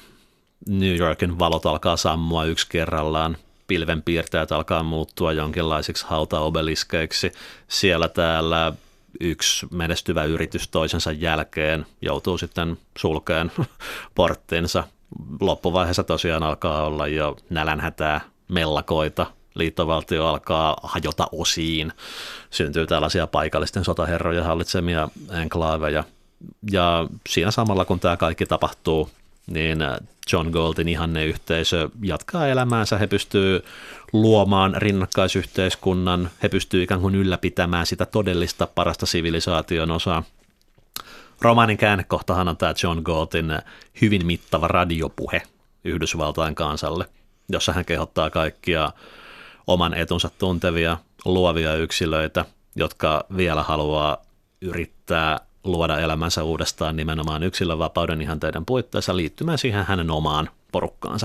New Yorkin valot alkaa sammua yksi kerrallaan, pilvenpiirtäjät alkaa muuttua jonkinlaisiksi hautaobeliskeiksi, siellä täällä yksi menestyvä yritys toisensa jälkeen joutuu sitten sulkeen porttinsa. Loppuvaiheessa tosiaan alkaa olla jo nälänhätää, mellakoita, liittovaltio alkaa hajota osiin, syntyy tällaisia paikallisten sotaherrojen hallitsemia enklaaveja, ja siinä samalla kun tämä kaikki tapahtuu, niin John Galtin ihanneyhteisö jatkaa elämäänsä, he pystyy luomaan rinnakkaisyhteiskunnan, he pystyy ikään kuin ylläpitämään sitä todellista parasta sivilisaation osaa. Romaanin käännekohtahan on tämä John Galtin hyvin mittava radiopuhe Yhdysvaltain kansalle, jossa hän kehottaa kaikkia oman etunsa tuntevia, luovia yksilöitä, jotka vielä haluaa yrittää luoda elämänsä uudestaan nimenomaan yksilönvapauden ihanteiden puitteissa liittymään siihen hänen omaan porukkaansa.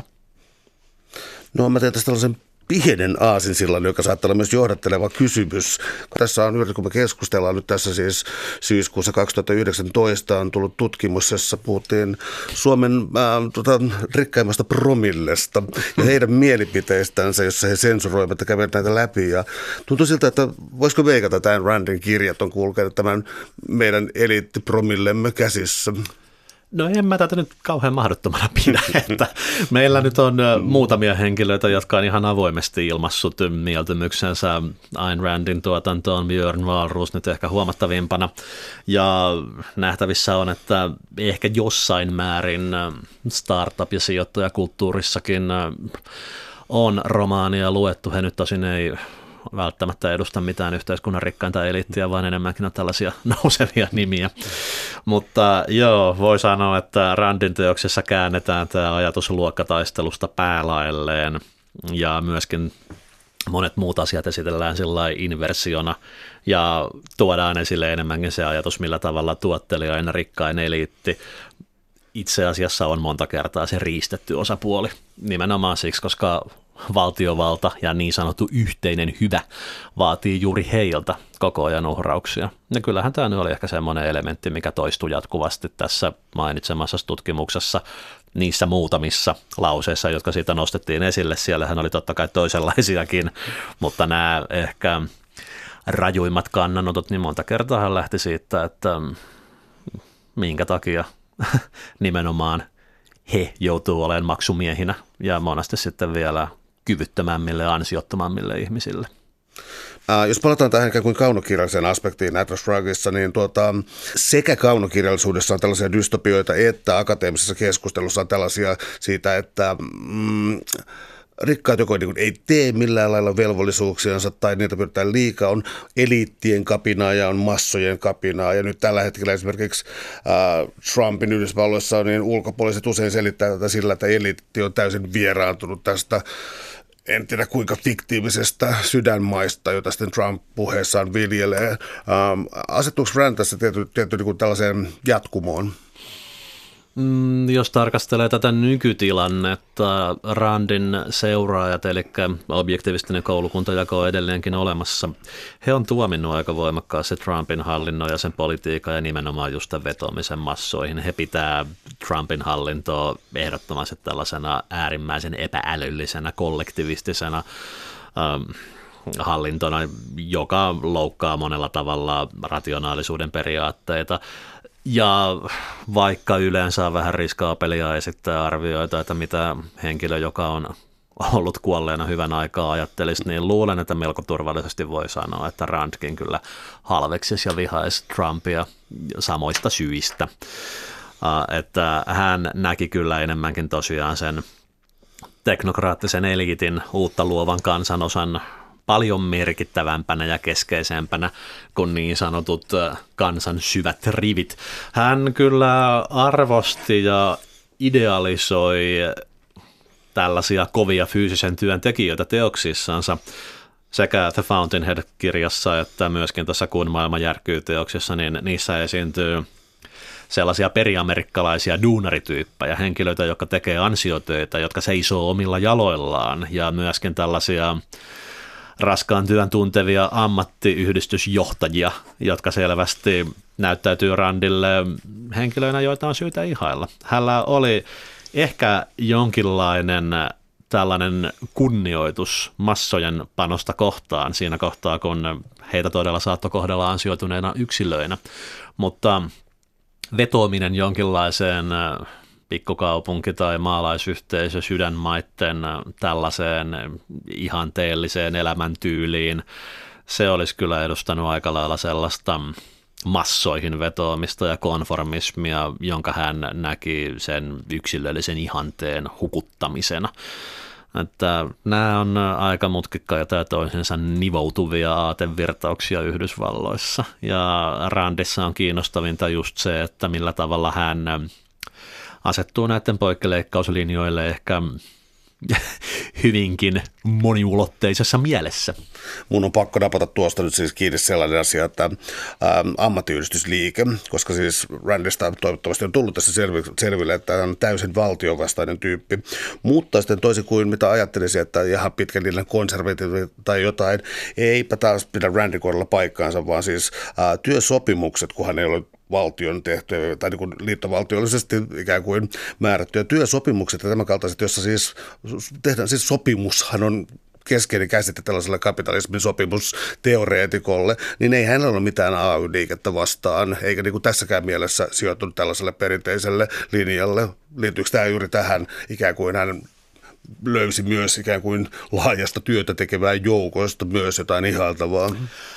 No mä teen tästä tällaisen pienen aasinsillan, joka saattaa olla myös johdatteleva kysymys. Tässä on, kun me keskustellaan nyt tässä siis syyskuussa kaksituhattayhdeksäntoista on tullut tutkimus, jossa puhuttiin Suomen äh, tota, rikkaimmasta promillesta ja heidän mielipiteistänsä, jossa he sensuroivat ja kävivät näitä läpi. Ja tuntui siltä, että voisiko veikata, että Ayn Randin kirjat on kulkenut tämän meidän eliittipromillemme käsissä. No en mä tätä nyt kauhean mahdottomana pidä, että meillä nyt on muutamia henkilöitä, jotka on ihan avoimesti ilmassut mieltymyksensä Ayn Randin tuotantoon, Björn Wahlroos nyt ehkä huomattavimpana, ja nähtävissä on, että ehkä jossain määrin startup- ja sijoittajakulttuurissakin on romaania luettu, he nyt tosin ei välttämättä edusta mitään yhteiskunnan rikkainta eliittiä, vaan enemmänkin on tällaisia nousevia nimiä. Mutta joo, voi sanoa, että Randin teoksessa käännetään tämä ajatus luokkataistelusta päälaelleen ja myöskin monet muut asiat esitellään sillai inversiona ja tuodaan esille enemmänkin se ajatus, millä tavalla tuottelijainen rikkain eliitti itse asiassa on monta kertaa se riistetty osapuoli. Nimenomaan siksi, koska valtiovalta ja niin sanottu yhteinen hyvä vaatii juuri heiltä koko ajan uhrauksia. Ja kyllähän tämä nyt oli ehkä semmoinen elementti, mikä toistui jatkuvasti tässä mainitsemassa tutkimuksessa niissä muutamissa lauseissa, jotka siitä nostettiin esille. Siellähän oli totta kai toisenlaisiakin, mutta nämä ehkä rajuimmat kannanotot, niin monta kertaa lähti siitä, että minkä takia nimenomaan he joutuu olemaan maksumiehinä ja monesti sitten vielä kyvyttömämmille ja ansiottomammille ihmisille. Äh, jos palataan tähän ikään kuin kaunokirjalliseen aspektiin Atlas Shruggissa, niin tuota, sekä kaunokirjallisuudessa on tällaisia dystopioita, että akateemisessa keskustelussa on tällaisia siitä, että mm, rikkaat joko niin ei tee millään lailla velvollisuuksiansa tai niitä pyritään liikaa, on eliittien kapinaa ja on massojen kapinaa. Ja nyt tällä hetkellä esimerkiksi äh, Trumpin Yhdysvalloissa niin ulkopuoliset usein selittää tätä sillä, että eliitti on täysin vieraantunut tästä, en tiedä kuinka fiktiivisestä sydänmaista, jota sitten Trump puheessaan viljelee. Ähm, asettuuko Rand tässä tietty, tietty niin kuin tällaiseen jatkumoon? Mm, jos tarkastelee tätä nykytilannetta, Randin seuraajat, eli objektiivistinen koulukuntajako on edelleenkin olemassa, he on tuominnut aika voimakkaasti Trumpin hallinnon ja sen politiikan ja nimenomaan just tämän vetoamisen massoihin. He pitää Trumpin hallintoa ehdottomasti tällaisena äärimmäisen epäälyllisenä, kollektivistisena ähm, hallintona, joka loukkaa monella tavalla rationaalisuuden periaatteita. Ja vaikka yleensä on vähän riskaapelia esittää arvioita, että mitä henkilö, joka on ollut kuolleena hyvän aikaa ajattelisi, niin luulen, että melko turvallisesti voi sanoa, että Randkin kyllä halveksisi ja vihaisi Trumpia samoista syistä. Että hän näki kyllä enemmänkin tosiaan sen teknokraattisen eliitin uutta luovan kansanosan paljon merkittävämpänä ja keskeisempänä kuin niin sanotut kansan syvät rivit. Hän kyllä arvosti ja idealisoi tällaisia kovia fyysisen työn tekijöitä teoksissansa sekä The Fountainhead-kirjassa että myöskin tässä Kun maailma järkyy -teoksessa, niin niissä esiintyy sellaisia periamerikkalaisia duunarityyppejä, henkilöitä, jotka tekee ansiotöitä, jotka seisoo omilla jaloillaan ja myöskin tällaisia raskaan työn tuntevia ammattiyhdistysjohtajia, jotka selvästi näyttäytyy Randille henkilöinä, joita on syytä ihailla. Hänellä oli ehkä jonkinlainen tällainen kunnioitus massojen panosta kohtaan siinä kohtaa, kun heitä todella saattoi kohdella ansioituneina yksilöinä, mutta vetoaminen jonkinlaiseen pikkukaupunki- tai maalaisyhteisö sydänmaitten tällaiseen ihanteelliseen elämäntyyliin, se olisi kyllä edustanut aika lailla sellaista massoihin vetoamista ja konformismia, jonka hän näki sen yksilöllisen ihanteen hukuttamisena. Että nämä on aika mutkikkaita ja toisensa nivoutuvia aatevirtauksia Yhdysvalloissa. Ja Randissa on kiinnostavinta just se, että millä tavalla hän asettuu näiden poikkileikkauslinjoille ehkä hyvinkin moniulotteisessa mielessä. Mun on pakko napata tuosta nyt siis kiinni sellainen asia, että ähm, ammattiyhdistysliike, koska siis Randista toivottavasti on tullut tässä selville, että hän on täysin valtionvastainen tyyppi, mutta sitten toisin kuin mitä ajattelisin, että ihan pitkällinen konservatiivi tai jotain, eipä taas pidä Randin kohdalla paikkaansa, vaan siis äh, työsopimukset, kun hän ei ole valtion tehtyjä tai niin kuin liittovaltiollisesti ikään kuin määrättyjä työsopimukset ja tämän kaltaiset, jossa siis tehdään, siis sopimushan on keskeinen käsite tällaiselle kapitalismin sopimusteoreetikolle, niin ei hänellä ole mitään A Y-liikettä vastaan, eikä niin kuin tässäkään mielessä sijoittunut tällaiselle perinteiselle linjalle. Liittyykö tämä juuri tähän, ikään kuin hän löysi myös ikään kuin laajasta työtä tekevää joukosta myös jotain ihailtavaa?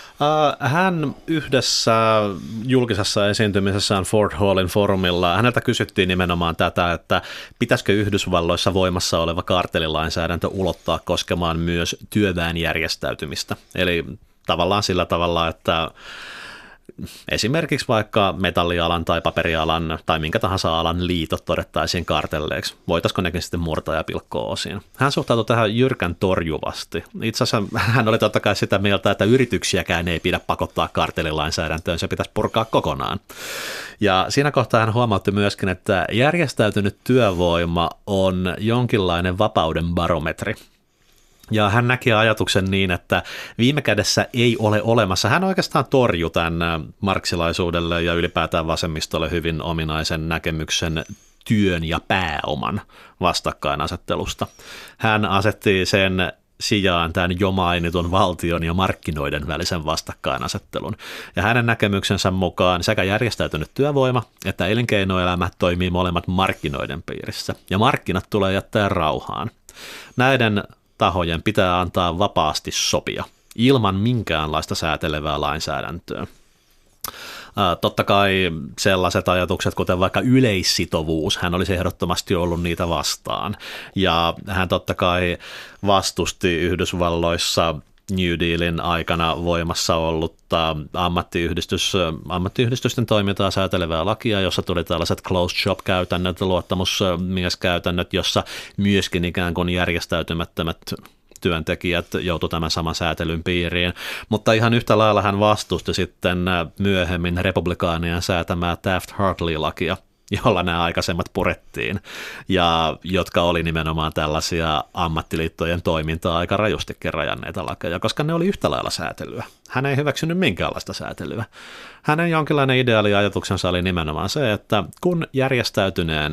Hän yhdessä julkisessa esiintymisessään Fort Hallin forumilla, häneltä kysyttiin nimenomaan tätä, että pitäisikö Yhdysvalloissa voimassa oleva kartellilainsäädäntö ulottaa koskemaan myös työväen järjestäytymistä. Eli tavallaan sillä tavalla, että esimerkiksi vaikka metallialan tai paperialan tai minkä tahansa alan liitot todettaisiin kartelleiksi. Voitaisiko nekin sitten murtaa ja pilkkoa osiin? Hän suhtautui tähän jyrkän torjuvasti. Itse asiassa hän oli totta kai sitä mieltä, että yrityksiäkään ei pidä pakottaa kartellilainsäädäntöön, se pitäisi purkaa kokonaan. Ja siinä kohtaa hän huomautti myöskin, että järjestäytynyt työvoima on jonkinlainen vapauden barometri. Ja hän näki ajatuksen niin, että viime kädessä ei ole olemassa. Hän oikeastaan torjui tämän marksilaisuudelle ja ylipäätään vasemmistolle hyvin ominaisen näkemyksen työn ja pääoman vastakkainasettelusta. Hän asetti sen sijaan tämän jo mainitun valtion ja markkinoiden välisen vastakkainasettelun. Ja hänen näkemyksensä mukaan sekä järjestäytynyt työvoima että elinkeinoelämä toimii molemmat markkinoiden piirissä. Ja markkinat tulee jättää rauhaan. Näiden tahojen pitää antaa vapaasti sopia, ilman minkäänlaista säätelevää lainsäädäntöä. Totta kai sellaiset ajatukset, kuten vaikka yleissitovuus, hän olisi ehdottomasti ollut niitä vastaan. Ja hän totta kai vastusti Yhdysvalloissa New Dealin aikana voimassa ollutta ammattiyhdistys, ammattiyhdistysten toimintaa säätelevää lakia, jossa tuli tällaiset closed shop-käytännöt, luottamusmieskäytännöt, jossa myöskin ikään kuin järjestäytymättömät työntekijät joutuivat tämän saman säätelyn piiriin, mutta ihan yhtä lailla hän vastusti sitten myöhemmin republikaanien säätämää Taft-Hartley-lakia, jolla nämä aikaisemmat purettiin, ja jotka oli nimenomaan tällaisia ammattiliittojen toimintaa aika rajustikin rajanneita lakeja, koska ne oli yhtä lailla säätelyä. Hän ei hyväksynyt minkäänlaista säätelyä. Hänen jonkinlainen ideaaliajatuksensa oli nimenomaan se, että kun järjestäytyneen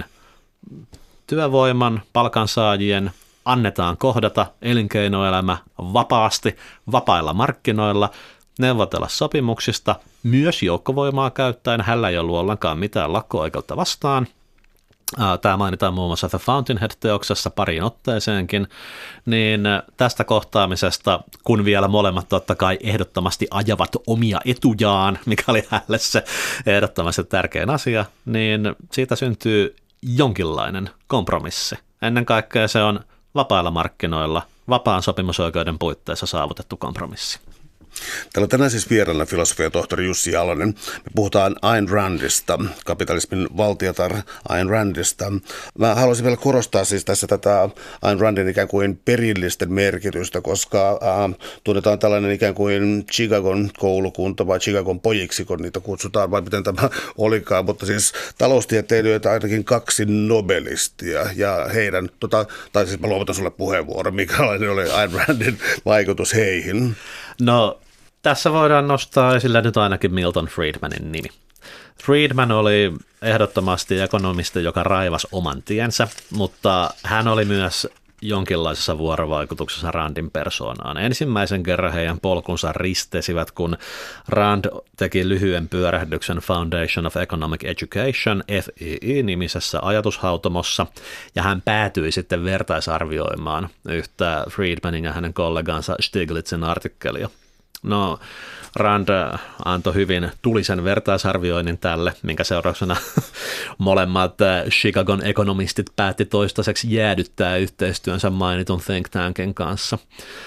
työvoiman, palkansaajien annetaan kohdata elinkeinoelämä vapaasti, vapailla markkinoilla, neuvotella sopimuksista, myös joukkovoimaa käyttäen, hänellä ei ollut ollenkaan mitään lakko-oikeutta vastaan. Tämä mainitaan muun muassa The Fountainhead-teoksessa pariin otteeseenkin, niin tästä kohtaamisesta, kun vielä molemmat totta kai ehdottomasti ajavat omia etujaan, mikä oli hänelle se ehdottomasti tärkein asia, niin siitä syntyy jonkinlainen kompromissi. Ennen kaikkea se on vapailla markkinoilla, vapaan sopimusoikeuden puitteissa saavutettu kompromissi. Täällä on tänään siis vieraana filosofian tohtori Jussi Jalonen. Me puhutaan Ayn Randista, kapitalismin valtiotar Ayn Randista. Mä haluaisin vielä korostaa siis tässä tätä Ayn Randin ikään kuin perillisten merkitystä, koska äh, tunnetaan tällainen ikään kuin Chicagon koulukunta vai Chicagon pojiksi, kun niitä kutsutaan, vai miten tämä olikaan, mutta siis taloustieteilijöitä ainakin kaksi nobelistia ja heidän, tota, tai siis mä luovutan sulle puheenvuoron, mikälainen oli Ayn Randin vaikutus heihin. No, tässä voidaan nostaa esille nyt ainakin Milton Friedmanin nimi. Friedman oli ehdottomasti ekonomisti, joka raivasi oman tiensä, mutta hän oli myös jonkinlaisessa vuorovaikutuksessa Randin persoonaan. Ensimmäisen kerran heidän polkunsa ristesivät, kun Rand teki lyhyen pyörähdyksen Foundation of Economic Education, F E E-nimisessä ajatushautomossa, ja hän päätyi sitten vertaisarvioimaan yhtä Friedmanin ja hänen kollegansa Stiglitzin artikkelia. No, Rand antoi hyvin tulisen vertaisarvioinnin tälle, minkä seurauksena molemmat Chicagon ekonomistit päätti toistaiseksi jäädyttää yhteistyönsä mainitun think tankin kanssa.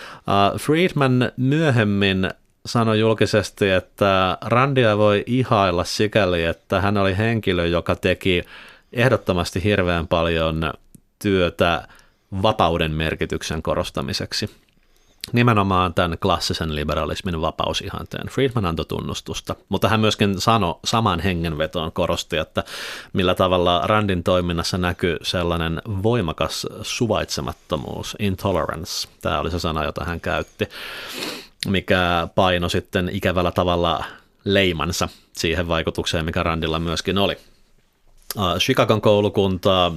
Friedman myöhemmin sanoi julkisesti, että Randia voi ihailla sikäli, että hän oli henkilö, joka teki ehdottomasti hirveän paljon työtä vapauden merkityksen korostamiseksi. Nimenomaan tämän klassisen liberalismin vapausihanteen. Friedman antoi tunnustusta, mutta hän myöskin sanoi saman hengenvetoon, korosti, että millä tavalla Randin toiminnassa näkyy sellainen voimakas suvaitsemattomuus, intolerance, tämä oli se sana, jota hän käytti, mikä paino sitten ikävällä tavalla leimansa siihen vaikutukseen, mikä Randilla myöskin oli. Chicagon koulukunta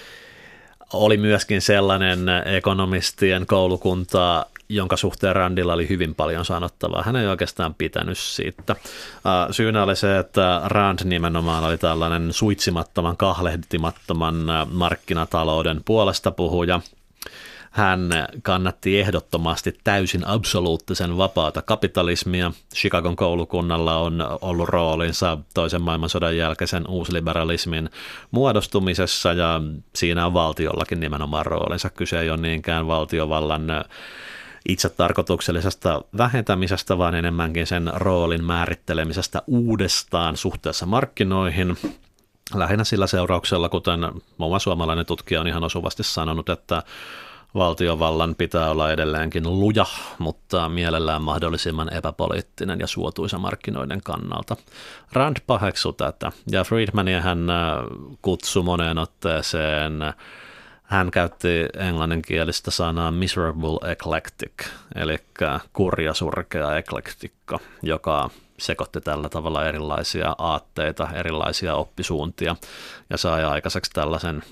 oli myöskin sellainen ekonomistien koulukunta, jonka suhteen Randilla oli hyvin paljon sanottavaa. Hän ei oikeastaan pitänyt siitä. Syynä oli se, että Rand nimenomaan oli tällainen suitsimattoman, kahlehtimattoman markkinatalouden puolesta puhuja. Hän kannatti ehdottomasti täysin absoluuttisen vapaata kapitalismia. Chicagon koulukunnalla on ollut roolinsa toisen maailmansodan jälkeisen uusliberalismin muodostumisessa, ja siinä on valtiollakin nimenomaan roolinsa. Kyse ei ole niinkään valtiovallan itsetarkoituksellisesta vähentämisestä, vaan enemmänkin sen roolin määrittelemisestä uudestaan suhteessa markkinoihin. Lähinnä sillä seurauksella, kuten muun suomalainen tutkija on ihan osuvasti sanonut, että valtiovallan pitää olla edelleenkin luja, mutta mielellään mahdollisimman epäpoliittinen ja suotuisa markkinoiden kannalta. Rand paheksui tätä, ja Friedmania hän kutsui moneen otteeseen. Hän käytti englanninkielistä sanaa miserable eclectic, eli kurja surkea eklektikko, joka sekoitti tällä tavalla erilaisia aatteita, erilaisia oppisuuntia, ja sai aikaiseksi tällaisen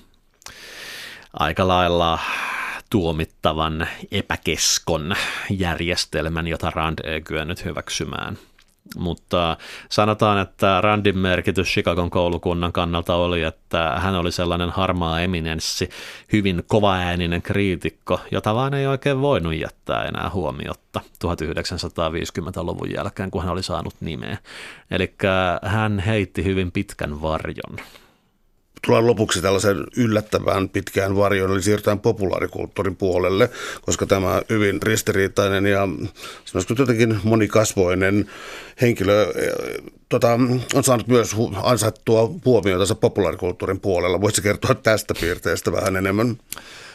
aika lailla tuomittavan epäkeskon järjestelmän, jota Rand ei kyennyt hyväksymään. Mutta sanotaan, että Randin merkitys Chicagon koulukunnan kannalta oli, että hän oli sellainen harmaa eminenssi, hyvin kovaääninen kriitikko, jota vaan ei oikein voinut jättää enää huomiotta tuhatyhdeksänsataaviisikymmentäluvun jälkeen, kun hän oli saanut nimeä. Eli hän heitti hyvin pitkän varjon. Tullaan lopuksi tällaisen yllättävän pitkään varjoon, eli siirrytään populaarikulttuurin puolelle, koska tämä hyvin ristiriitainen ja sanoisiko jotenkin monikasvoinen henkilö tota, on saanut myös ansaittua huomioita populaarikulttuurin puolella. Voisitko kertoa tästä piirteestä vähän enemmän?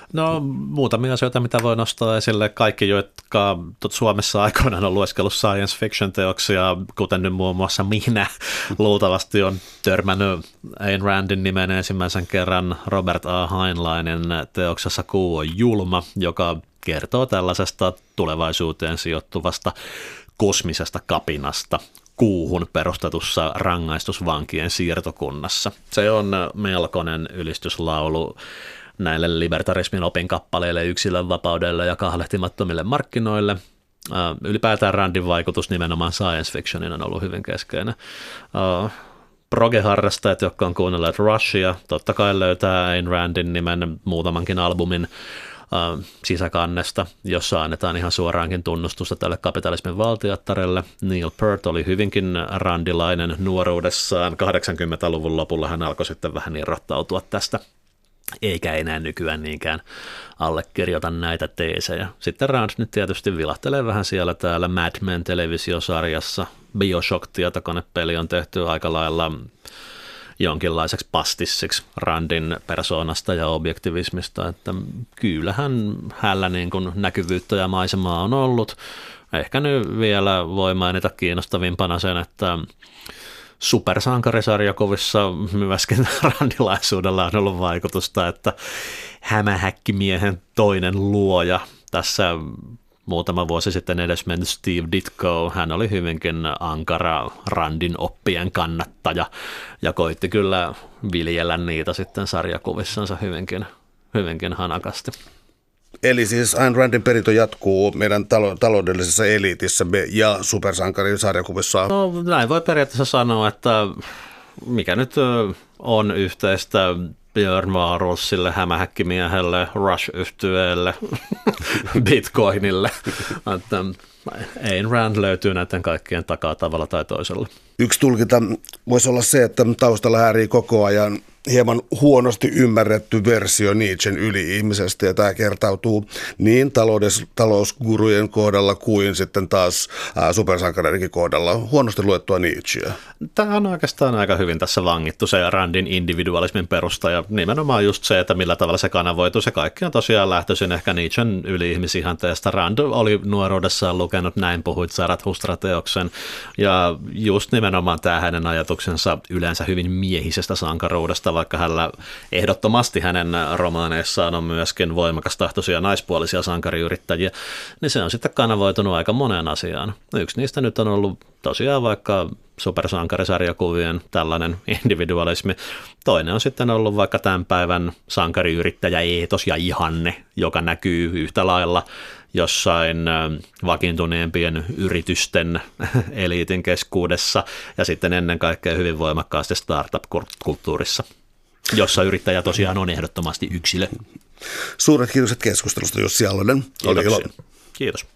No muutamia asioita, mitä voi nostaa esille. Kaikki, jotka Suomessa aikoinaan on lueskellut science fiction teoksia, kuten nyt muun muassa minä, luultavasti on törmännyt Ayn Randin nimen ensimmäisen kerran Robert A. Heinleinin teoksessa Kuu on julma, joka kertoo tällaisesta tulevaisuuteen sijoittuvasta kosmisesta kapinasta kuuhun perustetussa rangaistusvankien siirtokunnassa. Se on melkoinen ylistyslaulu näille libertarismin opinkappaleille, yksilön vapaudelle ja kahlehtimattomille markkinoille. Ylipäätään Randin vaikutus nimenomaan science fictionin on ollut hyvin keskeinen. Proge-harrastajat, jotka on kuunnelleet Rushia, totta kai löytää Ayn Randin nimen muutamankin albumin sisäkannesta, jossa annetaan ihan suoraankin tunnustusta tälle kapitalismin valtiottarelle. Neil Peart oli hyvinkin randilainen nuoruudessaan. kahdeksankymmentäluvun lopulla hän alkoi sitten vähän irrottautua tästä, eikä enää nykyään niinkään allekirjoita näitä teesejä. Sitten Rand nyt tietysti vilahtelee vähän siellä täällä Mad Men-televisiosarjassa. Bioshock-tietokonepeli on tehty aika lailla jonkinlaiseksi pastissiksi Randin persoonasta ja objektivismista, että kyllähän hänellä niin kuin näkyvyyttä ja maisemaa on ollut. Ehkä nyt vielä voi mainita kiinnostavimpana sen, että supersankarisarjakuvissa myöskin randilaisuudella on ollut vaikutusta, että hämähäkkimiehen toinen luoja tässä muutama vuosi sitten edesmennyt Steve Ditko, hän oli hyvinkin ankara Randin oppien kannattaja ja koitti kyllä viljellä niitä sitten sarjakuvissansa hyvinkin, hyvinkin hanakasti. Eli siis Ayn Randin perintö jatkuu meidän talo- taloudellisessa eliitissä ja supersankarin sarjakuvissa. No näin voi periaatteessa sanoa, että mikä nyt on yhteistä Björn Wahlroosille, hämähäkkimiehelle, Rush-yhtyeelle, Bitcoinille. Että Ayn Rand löytyy näiden kaikkien takaa tavalla tai toisella. Yksi tulkinta voisi olla se, että taustalla häärii koko ajan hieman huonosti ymmärretty versio Nietzschen yli-ihmisestä, ja tämä kertautuu niin taloudes, talousgurujen kohdalla kuin sitten taas ää, supersankareidenkin kohdalla. Huonosti luettua Nietzscheä. Tämä on oikeastaan aika hyvin tässä vangittu se Randin individualismin perusta, ja nimenomaan just se, että millä tavalla se kanavoituu. Se kaikki on tosiaan lähtöisin ehkä Nietzschen yli-ihmisihanteesta. Rand oli nuoruudessaan lukenut Näin puhuit Zarathustra-teoksen, ja just nimenomaan tämä hänen ajatuksensa yleensä hyvin miehisestä sankaruudesta, vaikka hänellä ehdottomasti hänen romaaneissaan on myöskin voimakastahtoisia naispuolisia sankariyrittäjiä, niin se on sitten kanavoitunut aika moneen asiaan. Yksi niistä nyt on ollut tosiaan vaikka supersankarisarjakuvien tällainen individualismi. Toinen on sitten ollut vaikka tämän päivän sankariyrittäjä eetos ja ihanne, joka näkyy yhtä lailla jossain vakiintuneempien yritysten eliitin keskuudessa ja sitten ennen kaikkea hyvin voimakkaasti startup-kulttuurissa, jossa yrittäjä tosiaan on ehdottomasti yksilö. Suuret kiitokset keskustelusta, Jussi Alonen. Oli ilo. Kiitos.